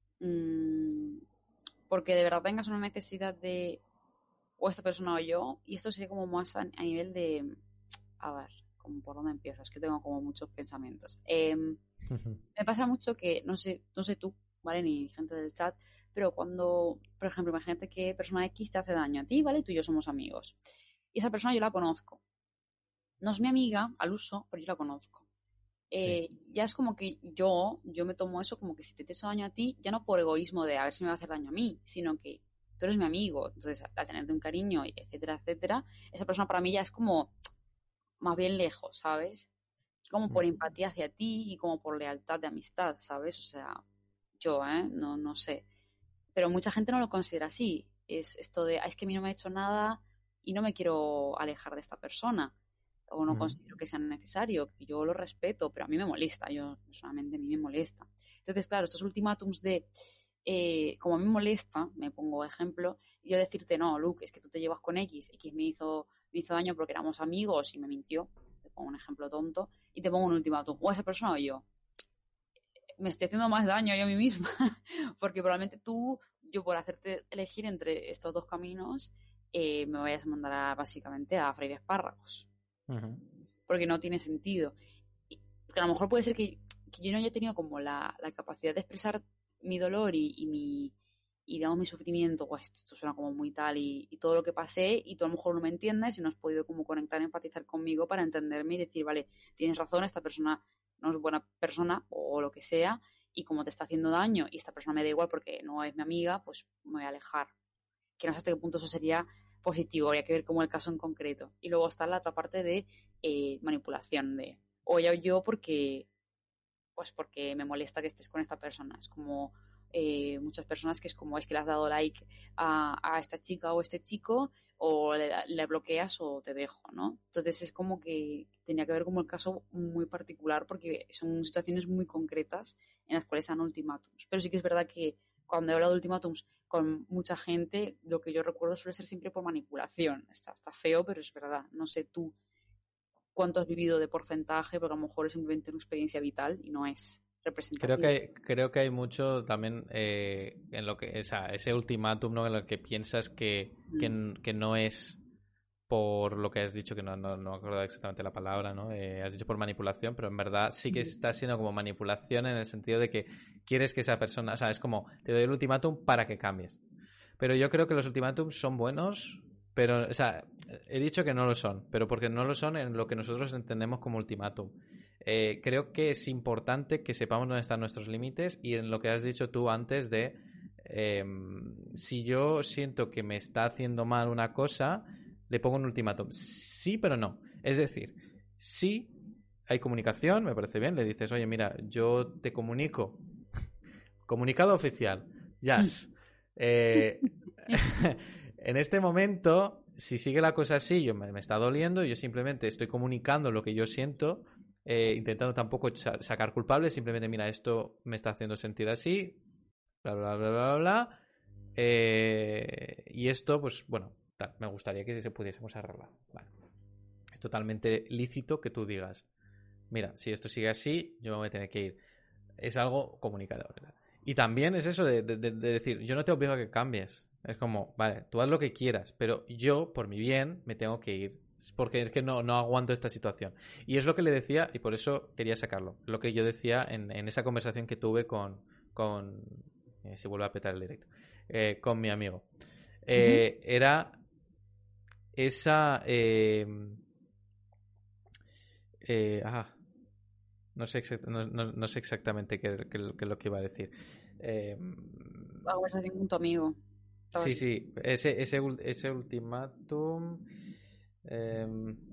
mm, porque de verdad tengas una necesidad de o esta persona o yo, y esto sería como más a, a nivel de, a ver, como por dónde empiezo, es que tengo como muchos pensamientos. Eh, me pasa mucho que, no sé, no sé tú, ¿vale? Ni gente del chat, pero cuando, por ejemplo, imagínate que persona X te hace daño a ti, ¿vale? Tú y yo somos amigos. Y esa persona yo la conozco. No es mi amiga al uso, pero yo la conozco. Sí. Eh, ya es como que yo, yo me tomo eso como que si te he hecho daño a ti, ya no por egoísmo de a ver si me va a hacer daño a mí, sino que tú eres mi amigo, entonces al tenerte un cariño, etcétera, etcétera, esa persona para mí ya es como más bien lejos, ¿sabes? Como por empatía hacia ti y como por lealtad de amistad, ¿sabes? O sea, yo, ¿eh? No, no sé. Pero mucha gente no lo considera así. Es esto de, "Ah, es que a mí no me ha hecho nada y no me quiero alejar de esta persona. O no Ujú. considero que sea necesario, que yo lo respeto, pero a mí me molesta, yo personalmente a mí me molesta. Entonces, claro, estos ultimátums de, eh, como a mí me molesta, me pongo ejemplo, yo decirte, no, Luke, es que tú te llevas con X, X me hizo, me hizo daño porque éramos amigos y me mintió, te pongo un ejemplo tonto, y te pongo un ultimátum, o esa persona o yo. Me estoy haciendo más daño yo a mí misma, porque probablemente tú, yo por hacerte elegir entre estos dos caminos, eh, me vayas a mandar a, básicamente a freír espárragos, Ujú. porque no tiene sentido. Y, porque a lo mejor puede ser que, que yo no haya tenido como la, la capacidad de expresar mi dolor y, y mi y digamos mi sufrimiento, pues esto, esto suena como muy tal y, y todo lo que pasé y tú a lo mejor no me entiendes y no has podido como conectar, empatizar conmigo para entenderme y decir, vale, tienes razón, esta persona no es buena persona o lo que sea y como te está haciendo daño y esta persona me da igual porque no es mi amiga, pues me voy a alejar. Que no sé hasta qué punto eso sería positivo, habría que ver como el caso en concreto. Y luego está la otra parte de eh, manipulación, de o ya yo porque pues porque me molesta que estés con esta persona. Es como eh, muchas personas que es como es que le has dado like a, a esta chica o este chico o le, le bloqueas o te dejo, ¿no? Entonces es como que tenía que ver como el caso muy particular porque son situaciones muy concretas en las cuales dan ultimátums. Pero sí que es verdad que cuando he hablado de ultimátums con mucha gente, lo que yo recuerdo suele ser siempre por manipulación. Está, está feo, pero es verdad. No sé tú cuánto has vivido de porcentaje, porque a lo mejor es simplemente una experiencia vital y no es representativa. Creo que hay, creo que hay mucho también eh, en lo que, o sea, ese ultimátum, ¿no? En el que piensas que, mm. que, que no es por lo que has dicho, que no, no, no me acuerdo exactamente la palabra, ¿no? Eh, has dicho por manipulación, pero en verdad sí que está siendo como manipulación en el sentido de que quieres que esa persona, o sea, es como, te doy el ultimátum para que cambies. Pero yo creo que los ultimátums son buenos, pero, o sea, he dicho que no lo son, pero porque no lo son en lo que nosotros entendemos como ultimátum. Eh, creo que es importante que sepamos dónde están nuestros límites y en lo que has dicho tú antes de eh, si yo siento que me está haciendo mal una cosa, le pongo un ultimátum. Sí, pero no. Es decir, sí hay comunicación, me parece bien, le dices, oye, mira, yo te comunico. Comunicado oficial. Yes. Eh, en este momento, si sigue la cosa así, yo me, me está doliendo, yo simplemente estoy comunicando lo que yo siento, eh, intentando tampoco sacar culpables, simplemente, mira, esto me está haciendo sentir así, bla, bla, bla, bla, bla. Eh, y esto, pues, bueno, tal, me gustaría que se pudiésemos arreglar. Vale. Es totalmente lícito que tú digas, mira, si esto sigue así, yo me voy a tener que ir. Es algo comunicado, ¿verdad? Y también es eso de, de, de decir, yo no te obligo a que cambies. Es como, vale, tú haz lo que quieras, pero yo, por mi bien, me tengo que ir. Porque es que no, no aguanto esta situación. Y es lo que le decía, y por eso quería sacarlo. Lo que yo decía en, en esa conversación que tuve con... con eh, se vuelve a petar el directo. Eh, con mi amigo. Eh, uh-huh. Era esa... Eh, eh, ah, no sé, exact, no, no, no sé exactamente qué, qué, qué es lo que iba a decir. Eh, la conversación con tu amigo. Sí, sí, ese, ese, ese ultimátum. Eh,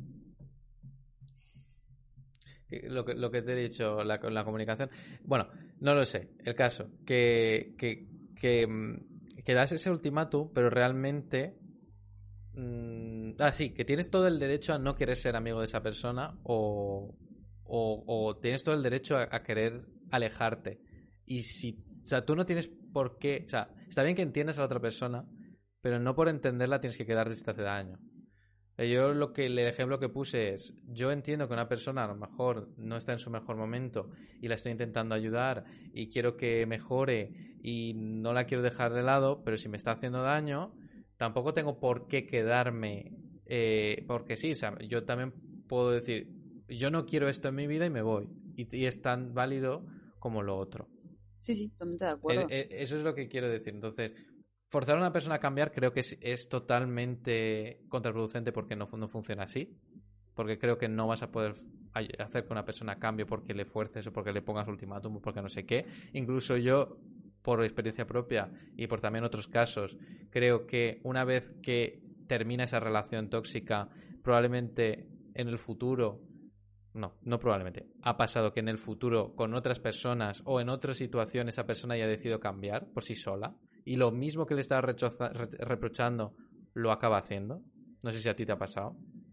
lo, que, lo que te he dicho, la, la comunicación. Bueno, no lo sé. El caso, que, que, que, que das ese ultimátum, pero realmente. Mmm, ah, sí, que tienes todo el derecho a no querer ser amigo de esa persona o, o, o tienes todo el derecho a, a querer alejarte. Y si. O sea, tú no tienes por qué... O sea, está bien que entiendas a la otra persona, pero no por entenderla tienes que quedarte si te hace daño. Yo lo que el ejemplo que puse es, yo entiendo que una persona a lo mejor no está en su mejor momento y la estoy intentando ayudar y quiero que mejore y no la quiero dejar de lado, pero si me está haciendo daño, tampoco tengo por qué quedarme, eh, porque sí, o sea, yo también puedo decir, yo no quiero esto en mi vida y me voy. Y, y es tan válido como lo otro. Sí, sí, totalmente de acuerdo. Eh, eh, eso es lo que quiero decir. Entonces, forzar a una persona a cambiar creo que es, es totalmente contraproducente porque no, no funciona así. Porque creo que no vas a poder hacer que una persona cambie porque le fuerces o porque le pongas ultimátum o porque no sé qué. Incluso yo, por experiencia propia y por también otros casos, creo que una vez que termina esa relación tóxica, probablemente en el futuro... No, no probablemente. Ha pasado que en el futuro, con otras personas o en otra situación, esa persona haya decidido cambiar por sí sola y lo mismo que le estaba rechoza, re, reprochando lo acaba haciendo. No sé si a ti te ha pasado.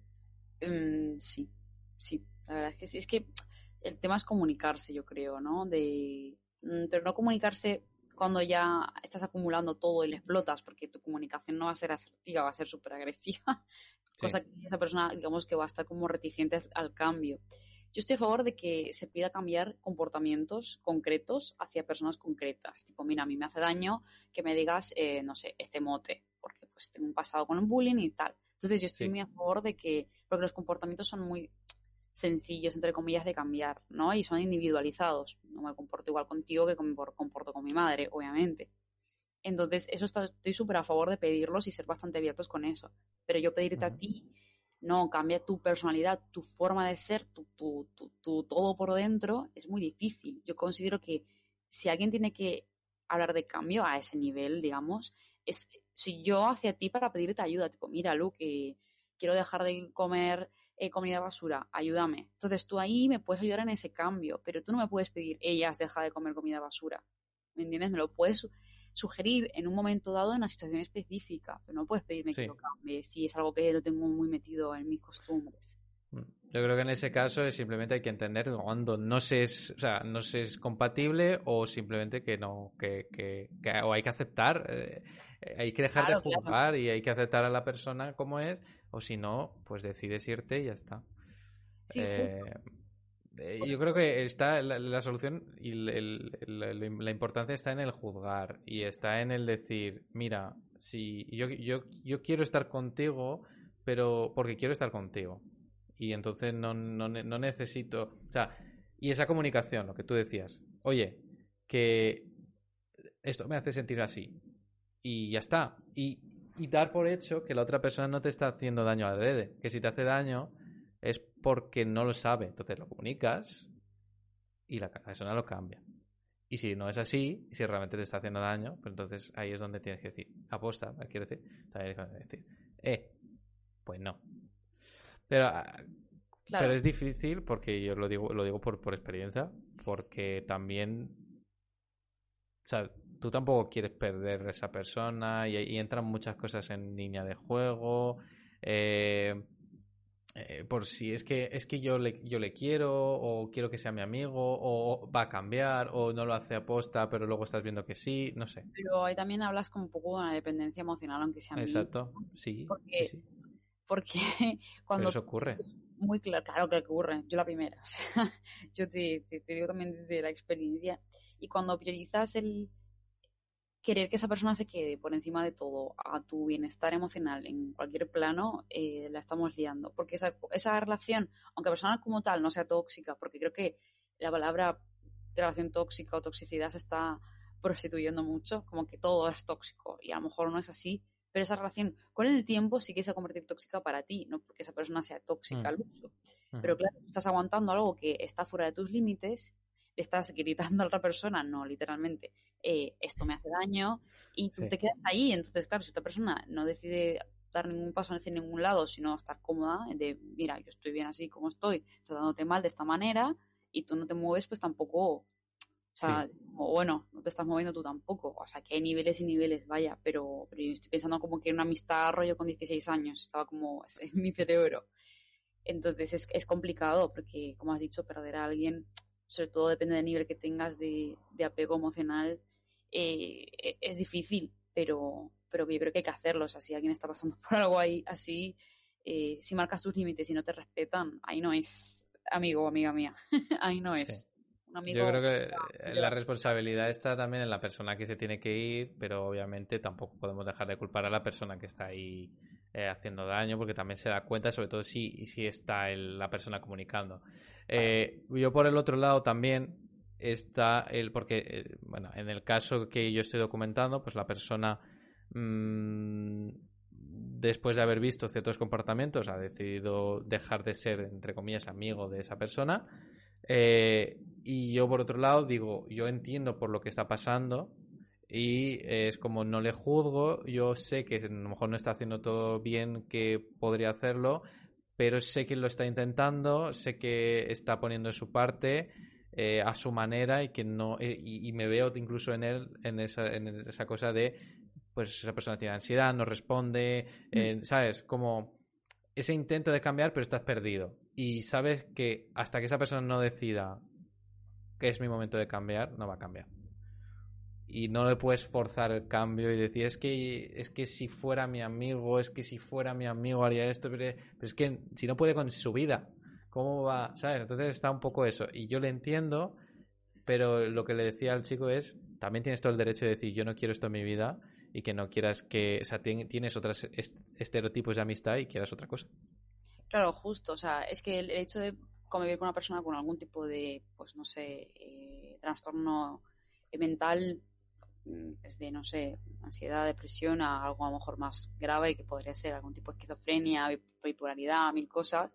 Um, sí, sí, la verdad es que sí. Es que el tema es comunicarse, yo creo, ¿no? De, pero no comunicarse cuando ya estás acumulando todo y le explotas, porque tu comunicación no va a ser asertiva, va a ser súper agresiva. Cosa sí. Que esa persona, digamos, que va a estar como reticente al cambio. Yo estoy a favor de que se pida cambiar comportamientos concretos hacia personas concretas. Tipo, mira, a mí me hace daño que me digas, eh, no sé, este mote, porque pues tengo un pasado con un bullying y tal. Entonces yo estoy sí. muy a favor de que, porque los comportamientos son muy sencillos, entre comillas, de cambiar, ¿no? Y son individualizados. No me comporto igual contigo que me comporto con mi madre, obviamente. Entonces, eso está, estoy súper a favor de pedirlos y ser bastante abiertos con eso. Pero yo pedirte uh-huh. a ti, no, cambia tu personalidad, tu forma de ser, tu, tu, tu, tu todo por dentro, es muy difícil. Yo considero que si alguien tiene que hablar de cambio a ese nivel, digamos, es si yo hacia ti para pedirte ayuda, tipo, mira, Lu, que quiero dejar de comer eh, comida basura, ayúdame. Entonces tú ahí me puedes ayudar en ese cambio, pero tú no me puedes pedir, ellas, deja de comer comida basura. ¿Me entiendes? Me lo puedes sugerir en un momento dado en una situación específica, pero no puedes pedirme sí. que lo cambie si es algo que lo tengo muy metido en mis costumbres. Yo creo que en ese caso es simplemente hay que entender cuando no se es, o sea, no se es compatible o simplemente que no, que, que, que o hay que aceptar, eh, hay que dejar Claro, de juzgar claro. y hay que aceptar a la persona como es, o si no, pues decides irte y ya está. Sí, Eh, justo. eh, yo creo que está la, la solución y el, el, el, la importancia está en el juzgar y está en el decir, mira, si yo, yo, yo quiero estar contigo, pero porque quiero estar contigo. Y entonces no, no, no necesito... O sea, y esa comunicación, lo que tú decías. Oye, que esto me hace sentir así. Y ya está. Y, y dar por hecho que la otra persona no te está haciendo daño adrede. Que si te hace daño es porque no lo sabe. Entonces lo comunicas y la persona lo cambia. Y si no es así, si realmente te está haciendo daño, pues entonces ahí es donde tienes que decir, aposta, quiero decir, tienes que decir, eh, pues no. Pero, Claro. pero es difícil porque yo lo digo, lo digo por, por experiencia, porque también, o sea, tú tampoco quieres perder a esa persona y, y entran muchas cosas en línea de juego. Eh, eh, por si es que es que yo le, yo le quiero o quiero que sea mi amigo o va a cambiar o no lo hace aposta pero luego estás viendo que sí, no sé. Pero ahí también hablas como un poco de una dependencia emocional, aunque sea mínima. Exacto, sí, Porque, sí, sí. porque Pero cuando... eso ocurre. Muy claro, claro que ocurre. Yo la primera. O sea, yo te, te, te digo también desde la experiencia. Y cuando priorizas el querer que esa persona se quede por encima de todo a tu bienestar emocional en cualquier plano, eh, la estamos liando. Porque esa, esa relación, aunque la persona como tal no sea tóxica, porque creo que la palabra relación tóxica o toxicidad se está prostituyendo mucho, como que todo es tóxico y a lo mejor no es así, pero esa relación con el tiempo sí que se va a convertir tóxica para ti, no porque esa persona sea tóxica Mm. al uso. Uh-huh. Pero claro, tú estás aguantando algo que está fuera de tus límites, le estás gritando a otra persona, no, literalmente, eh, esto me hace daño, y tú Sí. te quedas ahí. Entonces, claro, si otra persona no decide dar ningún paso hacia ningún lado, sino estar cómoda, de, mira, yo estoy bien así como estoy, tratándote mal de esta manera, y tú no te mueves, pues tampoco, o sea, Sí. o bueno, no te estás moviendo tú tampoco. O sea, que hay niveles y niveles, vaya, pero, pero yo estoy pensando como que en una amistad rollo con dieciséis años, estaba como en mi cerebro. Entonces es, es complicado porque, como has dicho, perder a alguien, sobre todo depende del nivel que tengas de, de apego emocional, eh, es difícil, pero, pero yo creo que hay que hacerlo. O sea, si alguien está pasando por algo ahí así, eh, si marcas tus límites y no te respetan, ahí no es amigo o amiga mía, ahí no es. Sí. Un amigo, Yo creo que la responsabilidad está también en la persona que se tiene que ir, pero obviamente tampoco podemos dejar de culpar a la persona que está ahí eh, haciendo daño, porque también se da cuenta, sobre todo si, si está el, la persona comunicando. Eh, yo por el otro lado también está el, porque, eh, bueno, en el caso que yo estoy documentando, pues la persona mmm, después de haber visto ciertos comportamientos ha decidido dejar de ser, entre comillas, amigo de esa persona. Eh, y yo por otro lado digo, yo entiendo por lo que está pasando y es como no le juzgo, yo sé que a lo mejor no está haciendo todo bien que podría hacerlo, pero sé que lo está intentando, sé que está poniendo su parte eh, a su manera y que no eh, y, y me veo incluso en él en esa, en esa cosa de pues esa persona tiene ansiedad, no responde, eh, ¿sabes? Como ese intento de cambiar, pero estás perdido. Y sabes que hasta que esa persona no decida que es mi momento de cambiar, no va a cambiar. Y no le puedes forzar el cambio y decir, es que, es que si fuera mi amigo, es que si fuera mi amigo haría esto, pero, pero es que si no puede con su vida, ¿cómo va? ¿Sabes? Entonces está un poco eso. Y yo le entiendo, pero lo que le decía al chico es, también tienes todo el derecho de decir, yo no quiero esto en mi vida y que no quieras que, o sea, tienes otros estereotipos de amistad y quieras otra cosa. Claro, justo. O sea, es que el hecho de convivir con una persona con algún tipo de, pues no sé, eh, trastorno mental desde, no sé, ansiedad, depresión, a algo a lo mejor más grave, que podría ser algún tipo de esquizofrenia, bipolaridad, mil cosas.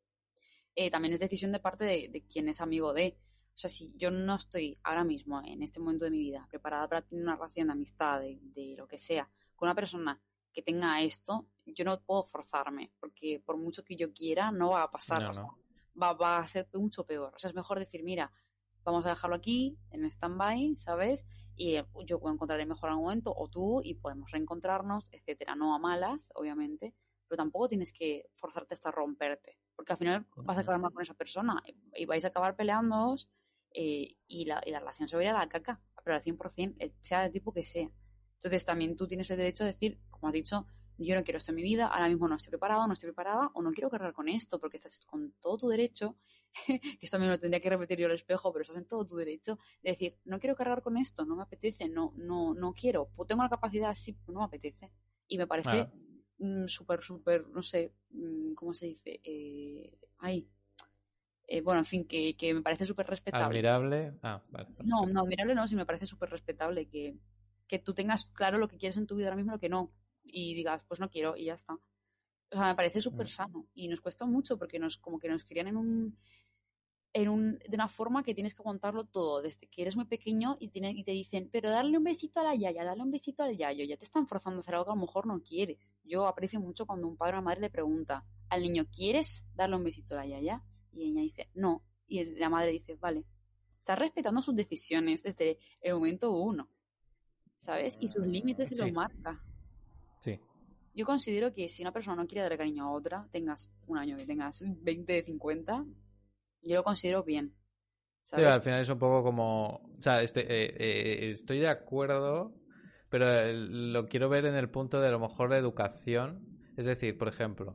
Eh, también es decisión de parte de, de quien es amigo de. O sea, si yo no estoy ahora mismo, en este momento de mi vida, preparada para tener una relación de amistad, de, de lo que sea, con una persona que tenga esto, yo no puedo forzarme, porque por mucho que yo quiera, no va a pasar. No, o sea, no. va, va a ser mucho peor. O sea, es mejor decir, mira, vamos a dejarlo aquí, en stand-by, ¿sabes? Y yo encontraré mejor algún momento, o tú, y podemos reencontrarnos, etcétera. No a malas, obviamente, pero tampoco tienes que forzarte hasta romperte, porque al final vas a acabar mal con esa persona y vais a acabar peleándoos, eh, y, la, y la relación se va a ir a la caca, pero al cien por ciento, sea del tipo que sea. Entonces también tú tienes el derecho de decir, como has dicho, yo no quiero esto en mi vida, ahora mismo no estoy preparado, no estoy preparada, o no quiero cargar con esto, porque estás con todo tu derecho, que esto también lo tendría que repetir yo al espejo, pero estás en todo tu derecho de decir, no quiero cargar con esto, no me apetece, no, no, no quiero, pues tengo la capacidad, sí, pero no me apetece. Y me parece Ah. mm, súper, súper, no sé, mm, ¿cómo se dice? Eh, ay, eh, bueno, en fin, que, que me parece súper respetable. Admirable. Ah, vale. No, no, admirable no, sí me parece súper respetable que, que tú tengas claro lo que quieres en tu vida ahora mismo, lo que no, y digas, pues no quiero, y ya está. O sea, me parece súper sano, y nos cuesta mucho porque nos como que nos crían en un, en un, de una forma que tienes que aguantarlo todo, desde que eres muy pequeño y, tiene, y te dicen, pero darle un besito a la yaya, darle un besito al yayo, ya te están forzando a hacer algo que a lo mejor no quieres. Yo aprecio mucho cuando un padre o una madre le pregunta al niño, ¿quieres darle un besito a la yaya? Y ella dice, no, y el, la madre dice, vale. Estás respetando sus decisiones desde el momento uno, ¿sabes? Y sus límites se Sí. los marca. Sí. Yo considero que si una persona no quiere dar cariño a otra, tengas un año, que tengas veinte, cincuenta, yo lo considero bien, ¿sabes? Sí, al final es un poco como... O sea, estoy, eh, eh, estoy de acuerdo, pero lo quiero ver en el punto de a lo mejor la educación. Es decir, por ejemplo,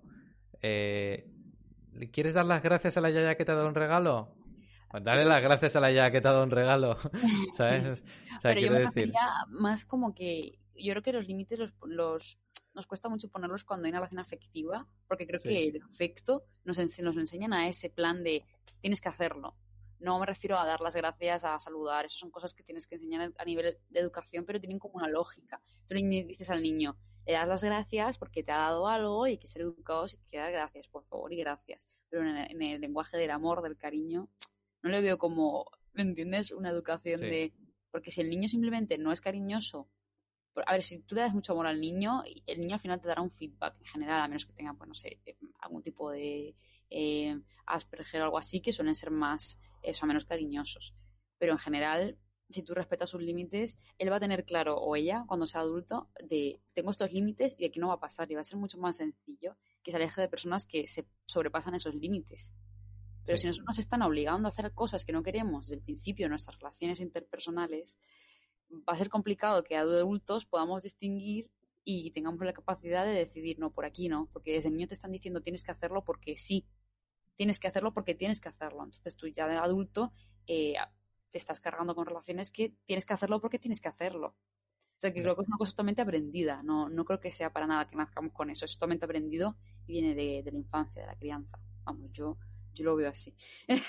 eh, ¿quieres dar las gracias a la yaya que te ha dado un regalo? Pues dale Pero, las gracias a la yaya que te ha dado un regalo, ¿sabes? O sea, pero yo quiero me decir... refería más como que yo creo que los límites los, los nos cuesta mucho ponerlos cuando hay una relación afectiva, porque creo Sí. que el afecto nos, ens nos enseñan a ese plan de tienes que hacerlo. No me refiero a dar las gracias, a saludar, esas son cosas que tienes que enseñar a nivel de educación, pero tienen como una lógica. Tú le dices al niño, le das las gracias porque te ha dado algo y hay que ser educados y hay que dar gracias, por favor, y gracias. Pero en el, en el lenguaje del amor, del cariño, no le veo como, ¿me entiendes? Una educación Sí. de... Porque si el niño simplemente no es cariñoso, a ver, si tú le das mucho amor al niño, el niño al final te dará un feedback en general, a menos que tenga, pues no sé, algún tipo de eh, Asperger o algo así, que suelen ser más, eh, o sea, menos cariñosos. Pero en general, si tú respetas sus límites, él va a tener claro, o ella, cuando sea adulto, de tengo estos límites y aquí no va a pasar, y va a ser mucho más sencillo que se aleje de personas que se sobrepasan esos límites. Pero Sí. si nosotros nos están obligando a hacer cosas que no queremos desde el principio de nuestras relaciones interpersonales, va a ser complicado que adultos podamos distinguir y tengamos la capacidad de decidir, no, por aquí no, porque desde niño te están diciendo tienes que hacerlo porque sí, tienes que hacerlo porque tienes que hacerlo. Entonces tú ya de adulto eh, te estás cargando con relaciones que tienes que hacerlo porque tienes que hacerlo. O sea, que creo que es una cosa totalmente aprendida, no, no creo que sea para nada que nazcamos con eso, es totalmente aprendido y viene de, de la infancia, de la crianza. Vamos, yo, yo lo veo así.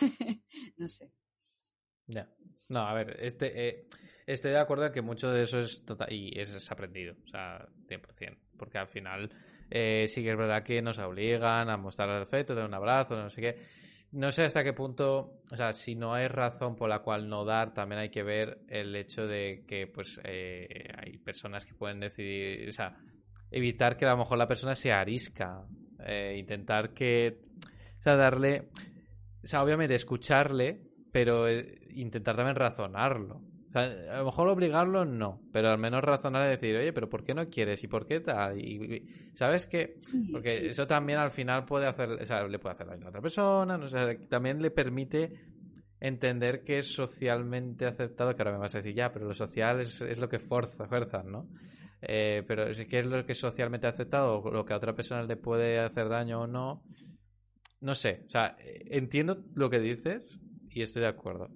No sé. Ya. No, a ver, este, eh, estoy de acuerdo en que mucho de eso es total y es, es aprendido, o sea, cien por ciento, porque al final eh, sí que es verdad que nos obligan a mostrar el afecto, dar un abrazo, no sé qué. No sé hasta qué punto, o sea, si no hay razón por la cual no dar, también hay que ver el hecho de que, pues, eh, hay personas que pueden decidir, o sea, evitar que a lo mejor la persona se arisca, eh, intentar que, o sea, darle, o sea, obviamente escucharle, pero eh, intentar también razonarlo. O sea, a lo mejor obligarlo no, pero al menos razonar y decir, oye, pero ¿por qué no quieres? ¿Y por qué tal? Y, y ¿sabes qué? Sí, Porque sí. eso también al final puede hacer, o sea, le puede hacer daño a otra persona, ¿no? O sea, también le permite entender que es socialmente aceptado, que ahora me vas a decir, ya, pero lo social es, es lo que fuerza, fuerzan, ¿no? Eh, pero ¿qué es lo que es socialmente aceptado? O lo que a otra persona le puede hacer daño o no. No sé, o sea, entiendo lo que dices y estoy de acuerdo.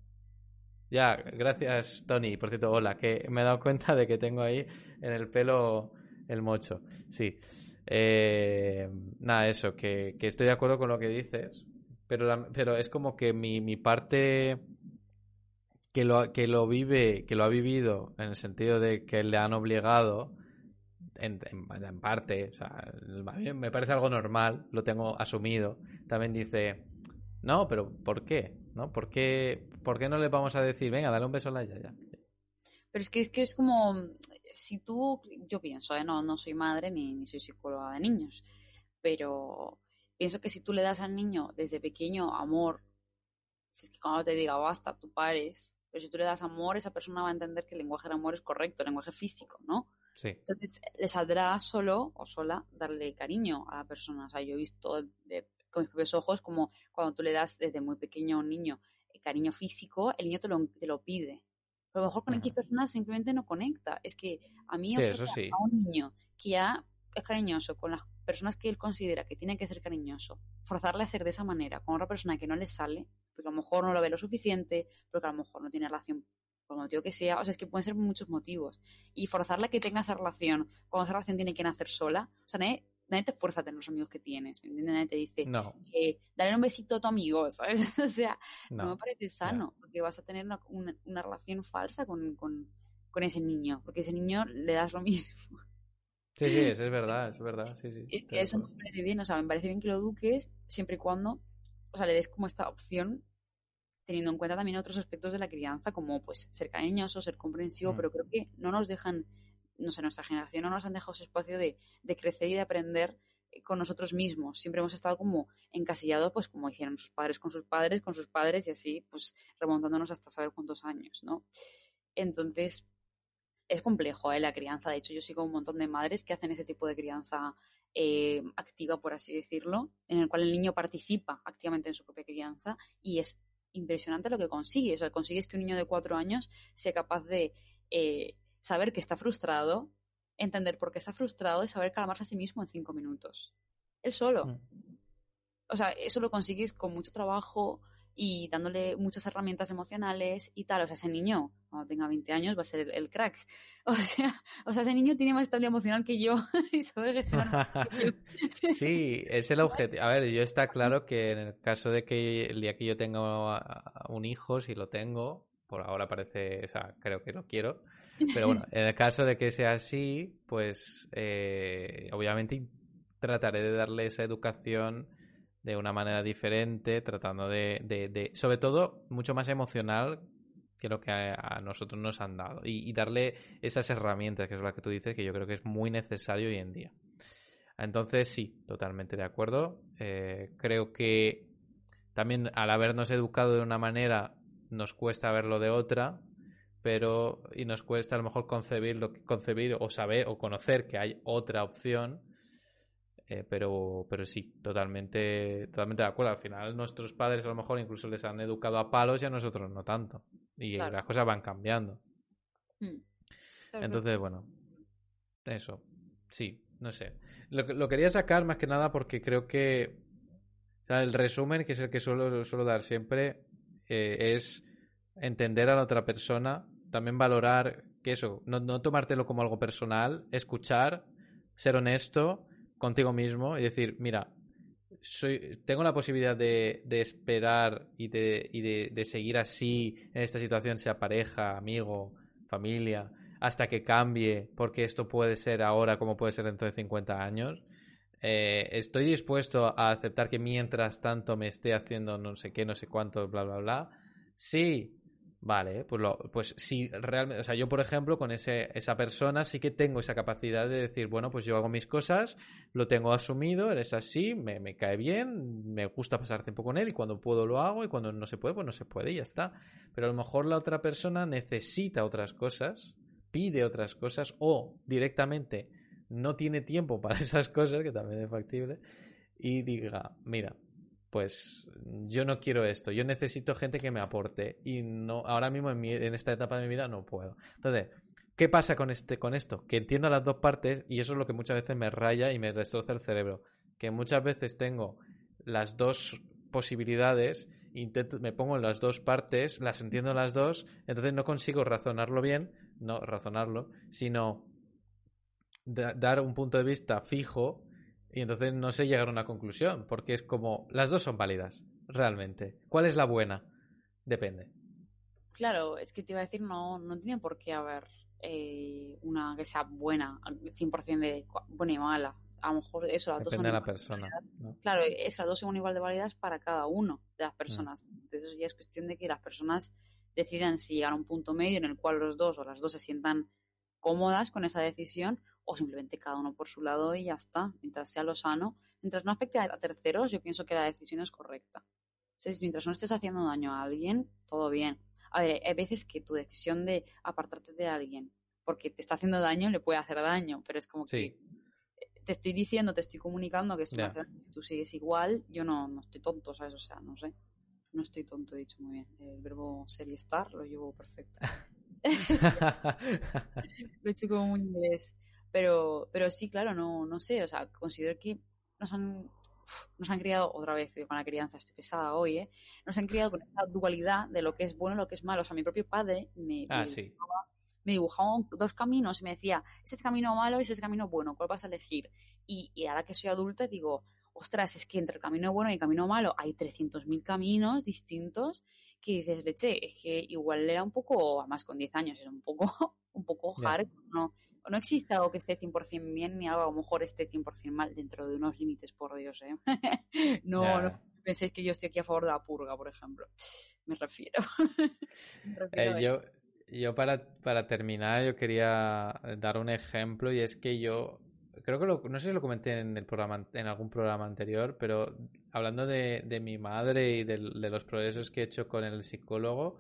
Ya, gracias Tony. Por cierto, hola, que me he dado cuenta de que tengo ahí en el pelo el mocho. Sí. Eh, nada, eso, que, que estoy de acuerdo con lo que dices, pero, la, pero es como que mi, mi parte que lo, que lo vive, que lo ha vivido en el sentido de que le han obligado, en, en, en parte, o sea, a mí me parece algo normal, lo tengo asumido. También dice, no, pero ¿por qué? ¿No? ¿Por qué, por qué no le vamos a decir, venga, dale un beso a la Yaya? Pero es que es que es como, si tú, yo pienso, ¿eh? no, no soy madre ni, ni soy psicóloga de niños, pero pienso que si tú le das al niño desde pequeño amor, si es que cuando te diga basta, tú pares, pero si tú le das amor, esa persona va a entender que el lenguaje de amor es correcto, el lenguaje físico, ¿no? Sí. Entonces le saldrá solo o sola darle cariño a la persona. O sea, yo he visto de, con mis propios ojos como cuando tú le das desde muy pequeño a un niño cariño físico, el niño te lo, te lo pide. Pero a lo mejor con X personas simplemente no conecta. Es que a mí sí, eso sí. a un niño que ya es cariñoso con las personas que él considera que tiene que ser cariñoso, forzarle a ser de esa manera con otra persona que no le sale, porque a lo mejor no lo ve lo suficiente, porque a lo mejor no tiene relación por el motivo que sea, o sea, es que pueden ser muchos motivos. Y forzarle a que tenga esa relación, cuando esa relación tiene que nacer sola, o sea, nadie, nadie te fuerza a tener los amigos que tienes, ¿me entiendes? Nadie te dice, no. eh, dale un besito a tu amigo, ¿sabes? O sea, no, no me parece sano, no. Porque vas a tener una, una, una relación falsa con, con, con ese niño, porque ese niño le das lo mismo. Sí, sí, eso es verdad, es verdad, sí, sí. Es que eso me parece bien, o sea, me parece bien que lo eduques siempre y cuando, o sea, le des como esta opción, teniendo en cuenta también otros aspectos de la crianza, como pues ser cariñoso, ser comprensivo, mm. pero creo que no nos dejan, no sé, nuestra generación no nos han dejado ese espacio de, de crecer y de aprender con nosotros mismos. Siempre hemos estado como encasillados, pues como hicieron sus padres con sus padres, con sus padres y así, pues remontándonos hasta saber cuántos años, ¿no? Entonces, es complejo, ¿eh? La crianza. De hecho, yo sigo un montón de madres que hacen ese tipo de crianza eh, activa, por así decirlo, en el cual el niño participa activamente en su propia crianza y es impresionante lo que consigue. O sea, consigues que un niño de cuatro años sea capaz de eh, saber que está frustrado, entender por qué está frustrado y saber calmarse a sí mismo en cinco minutos. Él solo. Mm. O sea, eso lo consigues con mucho trabajo y dándole muchas herramientas emocionales y tal. O sea, ese niño, cuando tenga veinte años, va a ser el, el crack. O sea, o sea, ese niño tiene más estabilidad emocional que yo y sabe gestionar. Sí, es el objetivo. A ver, yo está claro que en el caso de que el día que yo tenga un hijo, si lo tengo, por ahora parece, o sea, creo que lo quiero, pero bueno, en el caso de que sea así, pues eh, obviamente trataré de darle esa educación de una manera diferente, tratando de, de, de sobre todo, mucho más emocional que lo que a, a nosotros nos han dado. Y, y darle esas herramientas, que es lo que tú dices, que yo creo que es muy necesario hoy en día. Entonces, sí, totalmente de acuerdo. Eh, creo que también al habernos educado de una manera, nos cuesta verlo de otra, pero y nos cuesta a lo mejor concebir, lo que, concebir o saber o conocer que hay otra opción. Eh, pero, pero sí, totalmente, totalmente de acuerdo. Al final nuestros padres a lo mejor incluso les han educado a palos y a nosotros no tanto. Y claro, las cosas van cambiando. Mm. Entonces, bueno, eso, sí, no sé. Lo, lo quería sacar más que nada porque creo que o sea, el resumen, que es el que suelo, suelo dar siempre, eh, es entender a la otra persona, también valorar que eso, no, no tomártelo como algo personal, escuchar, ser honesto contigo mismo y decir, mira, soy, tengo la posibilidad de, de esperar y, de, y de, de seguir así en esta situación, sea pareja, amigo, familia, hasta que cambie, porque esto puede ser ahora como puede ser dentro de cincuenta años. Eh, estoy dispuesto a aceptar que mientras tanto me esté haciendo no sé qué, no sé cuánto, bla, bla, bla. Sí. Vale, pues, lo, pues sí, realmente, o sea, yo por ejemplo con ese, esa persona sí que tengo esa capacidad de decir, bueno, pues yo hago mis cosas, lo tengo asumido, eres así, me, me cae bien, me gusta pasar tiempo con él y cuando puedo lo hago y cuando no se puede, pues no se puede y ya está. Pero a lo mejor la otra persona necesita otras cosas, pide otras cosas o directamente no tiene tiempo para esas cosas, que también es factible, y diga, mira, pues yo no quiero esto, yo necesito gente que me aporte y no ahora mismo en, mi, en esta etapa de mi vida no puedo. Entonces, ¿qué pasa con este con esto? Que entiendo las dos partes y eso es lo que muchas veces me raya y me destroza el cerebro, que muchas veces tengo las dos posibilidades, intento, me pongo en las dos partes, las entiendo las dos, entonces no consigo razonarlo bien, no razonarlo, sino da, dar un punto de vista fijo. Y entonces no sé llegar a una conclusión, porque es como, las dos son válidas, realmente. ¿Cuál es la buena? Depende. Claro, es que te iba a decir, no, no tiene por qué haber eh, una que sea buena, cien por ciento de cua- buena y mala. A lo mejor eso, las dos son Depende de la igual de persona, válidas. ¿no? Claro, es las dos son igual de válidas para cada uno de las Mm. personas. Entonces eso ya es cuestión de que las personas decidan si llegar a un punto medio en el cual los dos o las dos se sientan cómodas con esa decisión o simplemente cada uno por su lado y ya está. Mientras sea lo sano, mientras no afecte a terceros, yo pienso que la decisión es correcta. Entonces, mientras no estés haciendo daño a alguien, todo bien. A ver, hay veces que tu decisión de apartarte de alguien porque te está haciendo daño le puede hacer daño, pero es como Sí, que te estoy diciendo, te estoy comunicando que esto me ya. hace daño, tú sigues igual, yo no, no estoy tonto, ¿sabes? O sea, no sé. No estoy tonto, he dicho muy bien. El verbo ser y estar lo llevo perfecto. Lo he hecho como muy inglés. Pero, pero sí, claro, no, no sé. O sea, considero que nos han, uf, nos han criado, otra vez con la crianza, estoy pesada hoy, ¿eh? Nos han criado con esta dualidad de lo que es bueno y lo que es malo. O sea, mi propio padre me, Ah, me sí. me dibujaba dos caminos y me decía, ese es camino malo y ese es camino bueno, ¿cuál vas a elegir? Y, y ahora que soy adulta digo, ostras, es que entre el camino bueno y el camino malo hay trescientos mil caminos distintos que dices, leche, es que igual era un poco, además con diez años, era un poco, un poco Ya. hard, no, no existe algo que esté cien por ciento bien ni algo a lo mejor esté cien por ciento mal dentro de unos límites, por Dios, ¿eh? no, no Ya. penséis que yo estoy aquí a favor de la purga, por ejemplo. Me refiero. Me refiero Eh, a yo, yo para, para terminar, yo quería dar un ejemplo y es que yo creo que lo, no sé si lo comenté en el programa, en algún programa anterior, pero hablando de, de mi madre y de, de los progresos que he hecho con el psicólogo,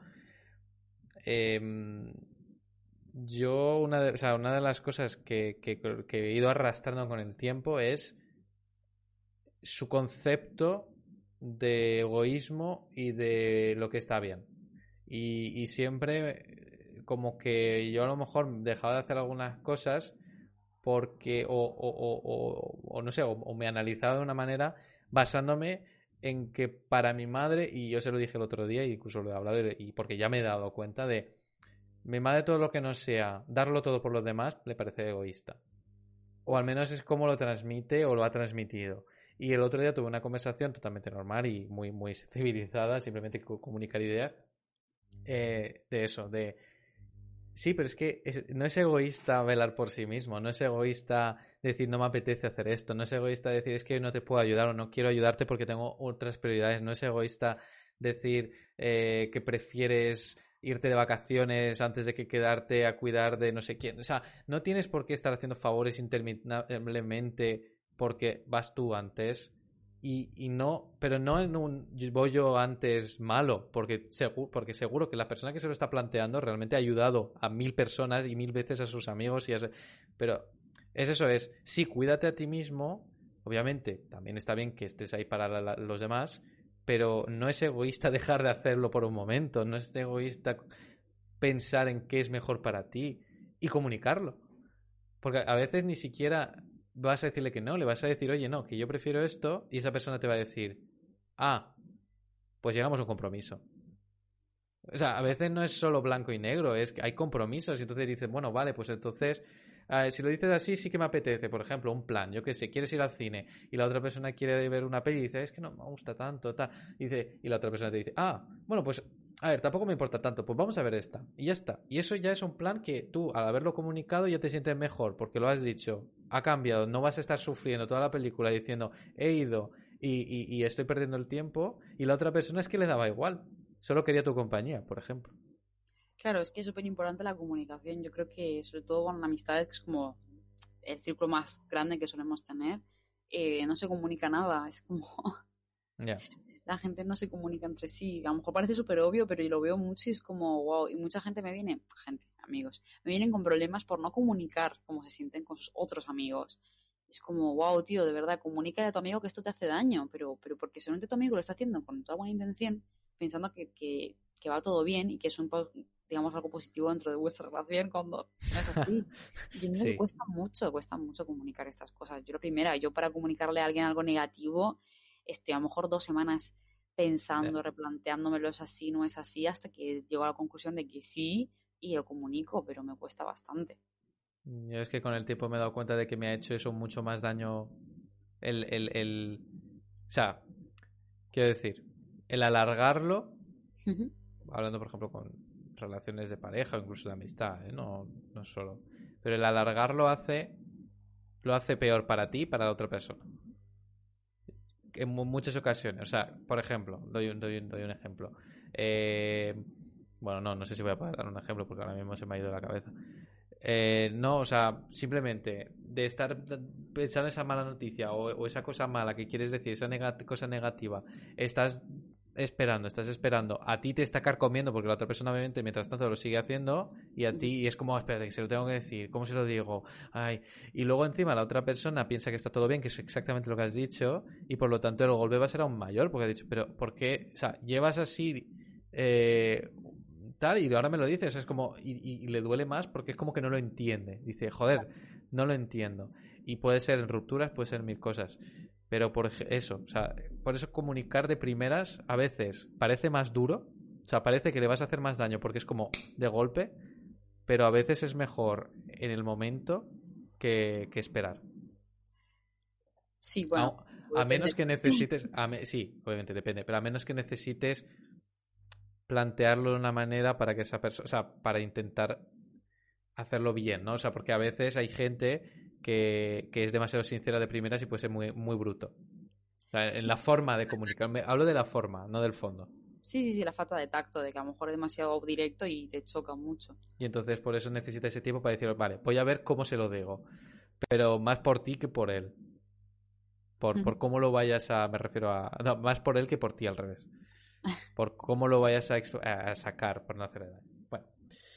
em, yo una de, o sea, una de las cosas que, que, que he ido arrastrando con el tiempo es su concepto de egoísmo y de lo que está bien. Y, y siempre eh, como que yo a lo mejor dejaba de hacer algunas cosas porque o, o, o, o, o no sé, o, o me analizaba de una manera basándome en que para mi madre, y yo se lo dije el otro día, y incluso lo he hablado, y, y porque ya me he dado cuenta de mi madre todo lo que no sea darlo todo por los demás le parece egoísta. O al Uf, menos es como lo transmite o lo ha transmitido. Y el otro día tuve una conversación totalmente normal y muy, muy civilizada, simplemente comunicar ideas, eh, de eso, de sí, pero es que es- no es egoísta velar por sí mismo, no es egoísta decir no me apetece hacer esto, no es egoísta decir es que no te puedo ayudar o no quiero ayudarte porque tengo otras prioridades, no es egoísta decir eh, que prefieres irte de vacaciones antes de que quedarte a cuidar de no sé quién. O sea, no tienes por qué estar haciendo favores interminablemente porque vas tú antes. Y, y no, pero no en un voy yo antes malo, porque seguro, porque seguro que la persona que se lo está planteando realmente ha ayudado a mil personas y mil veces a sus amigos y a, pero es eso, es sí, cuídate a ti mismo, obviamente, también está bien que estés ahí para la, la, los demás, pero no es egoísta dejar de hacerlo por un momento, no es egoísta pensar en qué es mejor para ti y comunicarlo, porque a veces ni siquiera vas a decirle que no, le vas a decir, oye, no, que yo prefiero esto, y esa persona te va a decir, ah, pues llegamos a un compromiso. O sea, a veces no es solo blanco y negro, es que hay compromisos, y entonces dices, bueno, vale, pues entonces, eh, si lo dices así, sí que me apetece, por ejemplo, un plan, yo qué sé, quieres ir al cine, y la otra persona quiere ver una peli y dice, es que no me gusta tanto, tal, y, dice, y la otra persona te dice, ah, bueno, pues a ver, tampoco me importa tanto, pues vamos a ver esta. Y ya está. Y eso ya es un plan que tú, al haberlo comunicado, ya te sientes mejor, porque lo has dicho, ha cambiado, no vas a estar sufriendo toda la película diciendo, he ido y, y, y estoy perdiendo el tiempo, y la otra persona es que le daba igual. Solo quería tu compañía, por ejemplo. claro, es que es súper importante la comunicación. Yo creo que sobre todo con amistades, que es como el círculo más grande que solemos tener, eh, no se comunica nada. Es como Ya. Yeah. la gente no se comunica entre sí. A lo mejor parece súper obvio, pero yo lo veo mucho y es como, wow. Y mucha gente me viene, gente, amigos, me vienen con problemas por no comunicar cómo se sienten con sus otros amigos. Es como, wow, tío, de verdad, comunica a tu amigo que esto te hace daño, pero, pero porque solamente tu amigo lo está haciendo con toda buena intención, pensando que, que, que va todo bien y que es un, digamos, algo positivo dentro de vuestra relación cuando no es así. Y yo creo que Sí. cuesta mucho, cuesta mucho comunicar estas cosas. Yo la primera, yo para comunicarle a alguien algo negativo, estoy a lo mejor dos semanas Yeah. pensando, replanteándomelo, es así, no es así, hasta que llego a la conclusión de que sí y lo comunico, pero me cuesta bastante. Yo es que con el tiempo me he dado cuenta de que me ha hecho eso mucho más daño el, el, el... O sea, quiero decir, el alargarlo, hablando por ejemplo con, relaciones de pareja o incluso de amistad, ¿eh? No, no solo. Pero el alargarlo hace lo hace peor para ti y para la otra persona. En muchas ocasiones. O sea, por ejemplo, doy un, doy un, doy un ejemplo. Eh, bueno, no, no sé si voy a poder dar un ejemplo porque ahora mismo se me ha ido la cabeza. Eh, no, o sea, simplemente de estar pensando esa mala noticia o, o esa cosa mala que quieres decir, esa negat- cosa negativa, estás esperando, estás esperando, a ti te está carcomiendo porque la otra persona obviamente mientras tanto lo sigue haciendo y a ti y es como, espérate, que se lo tengo que decir, ¿cómo se lo digo? Ay, y luego encima la otra persona piensa que está todo bien, que es exactamente lo que has dicho y por lo tanto el golpe va a ser aún mayor porque ha dicho, pero ¿por qué? O sea, llevas así eh, tal y ahora me lo dices, es como y, y, y le duele más porque es como que no lo entiende, dice, joder, no lo entiendo y puede ser en rupturas, puede ser mil cosas. Pero por eso, o sea, por eso comunicar de primeras a veces parece más duro, o sea, parece que le vas a hacer más daño porque es como de golpe, pero a veces es mejor en el momento que, que esperar. Sí, bueno. A, a menos que necesites, a me, sí, obviamente depende, pero a menos que necesites plantearlo de una manera para que esa persona, o sea, para intentar hacerlo bien, ¿no? O sea, porque a veces hay gente que, que es demasiado sincera de primeras y puede ser muy, muy bruto. O sea, en sí. La forma de comunicarme, hablo de la forma, no del fondo. Sí, sí, sí, la falta de tacto, de que a lo mejor es demasiado directo y te choca mucho. Y entonces por eso necesita ese tiempo para decir, vale, voy a ver cómo se lo digo. Pero más por ti que por él. Por, por cómo lo vayas a, me refiero a, no, más por él que por ti al revés. Por cómo lo vayas a, a sacar, por no hacerle daño. Bueno.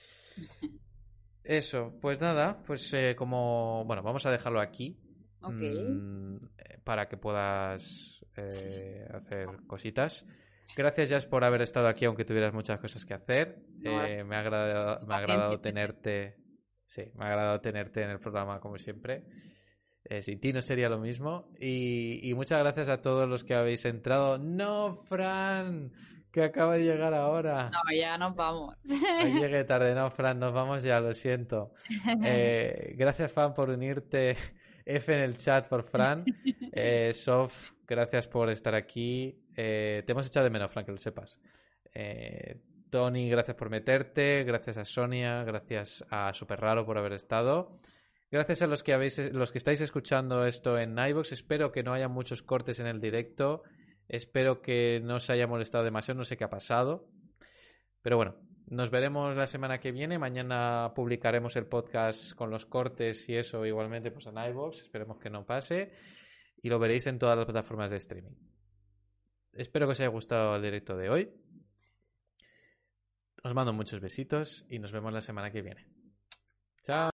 Eso, pues nada, pues eh, como, bueno, vamos a dejarlo aquí. Okay. Mmm, para que puedas eh, sí. hacer cositas. Gracias, Jazz, por haber estado aquí, aunque tuvieras muchas cosas que hacer. No, eh, me ha agradado, me ha agradado tenerte. Sí, me ha agradado tenerte en el programa, como siempre. Eh, sin ti no sería lo mismo. Y, y muchas gracias a todos los que habéis entrado. ¡No, Fran! Que acaba de llegar ahora. No, ya nos vamos. Hoy llegué tarde, no, Fran, nos vamos ya, lo siento. Eh, gracias, Fran, por unirte. F en el chat por Fran. Eh, Sof, gracias por estar aquí. Eh, te hemos echado de menos, Fran, que lo sepas. Eh, Tony, gracias por meterte. Gracias a Sonia, gracias a Super Raro por haber estado. Gracias a los que habéis, los que estáis escuchando esto en iVoox. Espero que no haya muchos cortes en el directo. Espero que no os haya molestado demasiado. No sé qué ha pasado. Pero bueno, nos veremos la semana que viene. Mañana publicaremos el podcast con los cortes y eso igualmente pues en iVoox. Esperemos que no pase. Y lo veréis en todas las plataformas de streaming. Espero que os haya gustado el directo de hoy. Os mando muchos besitos y nos vemos la semana que viene. Chao.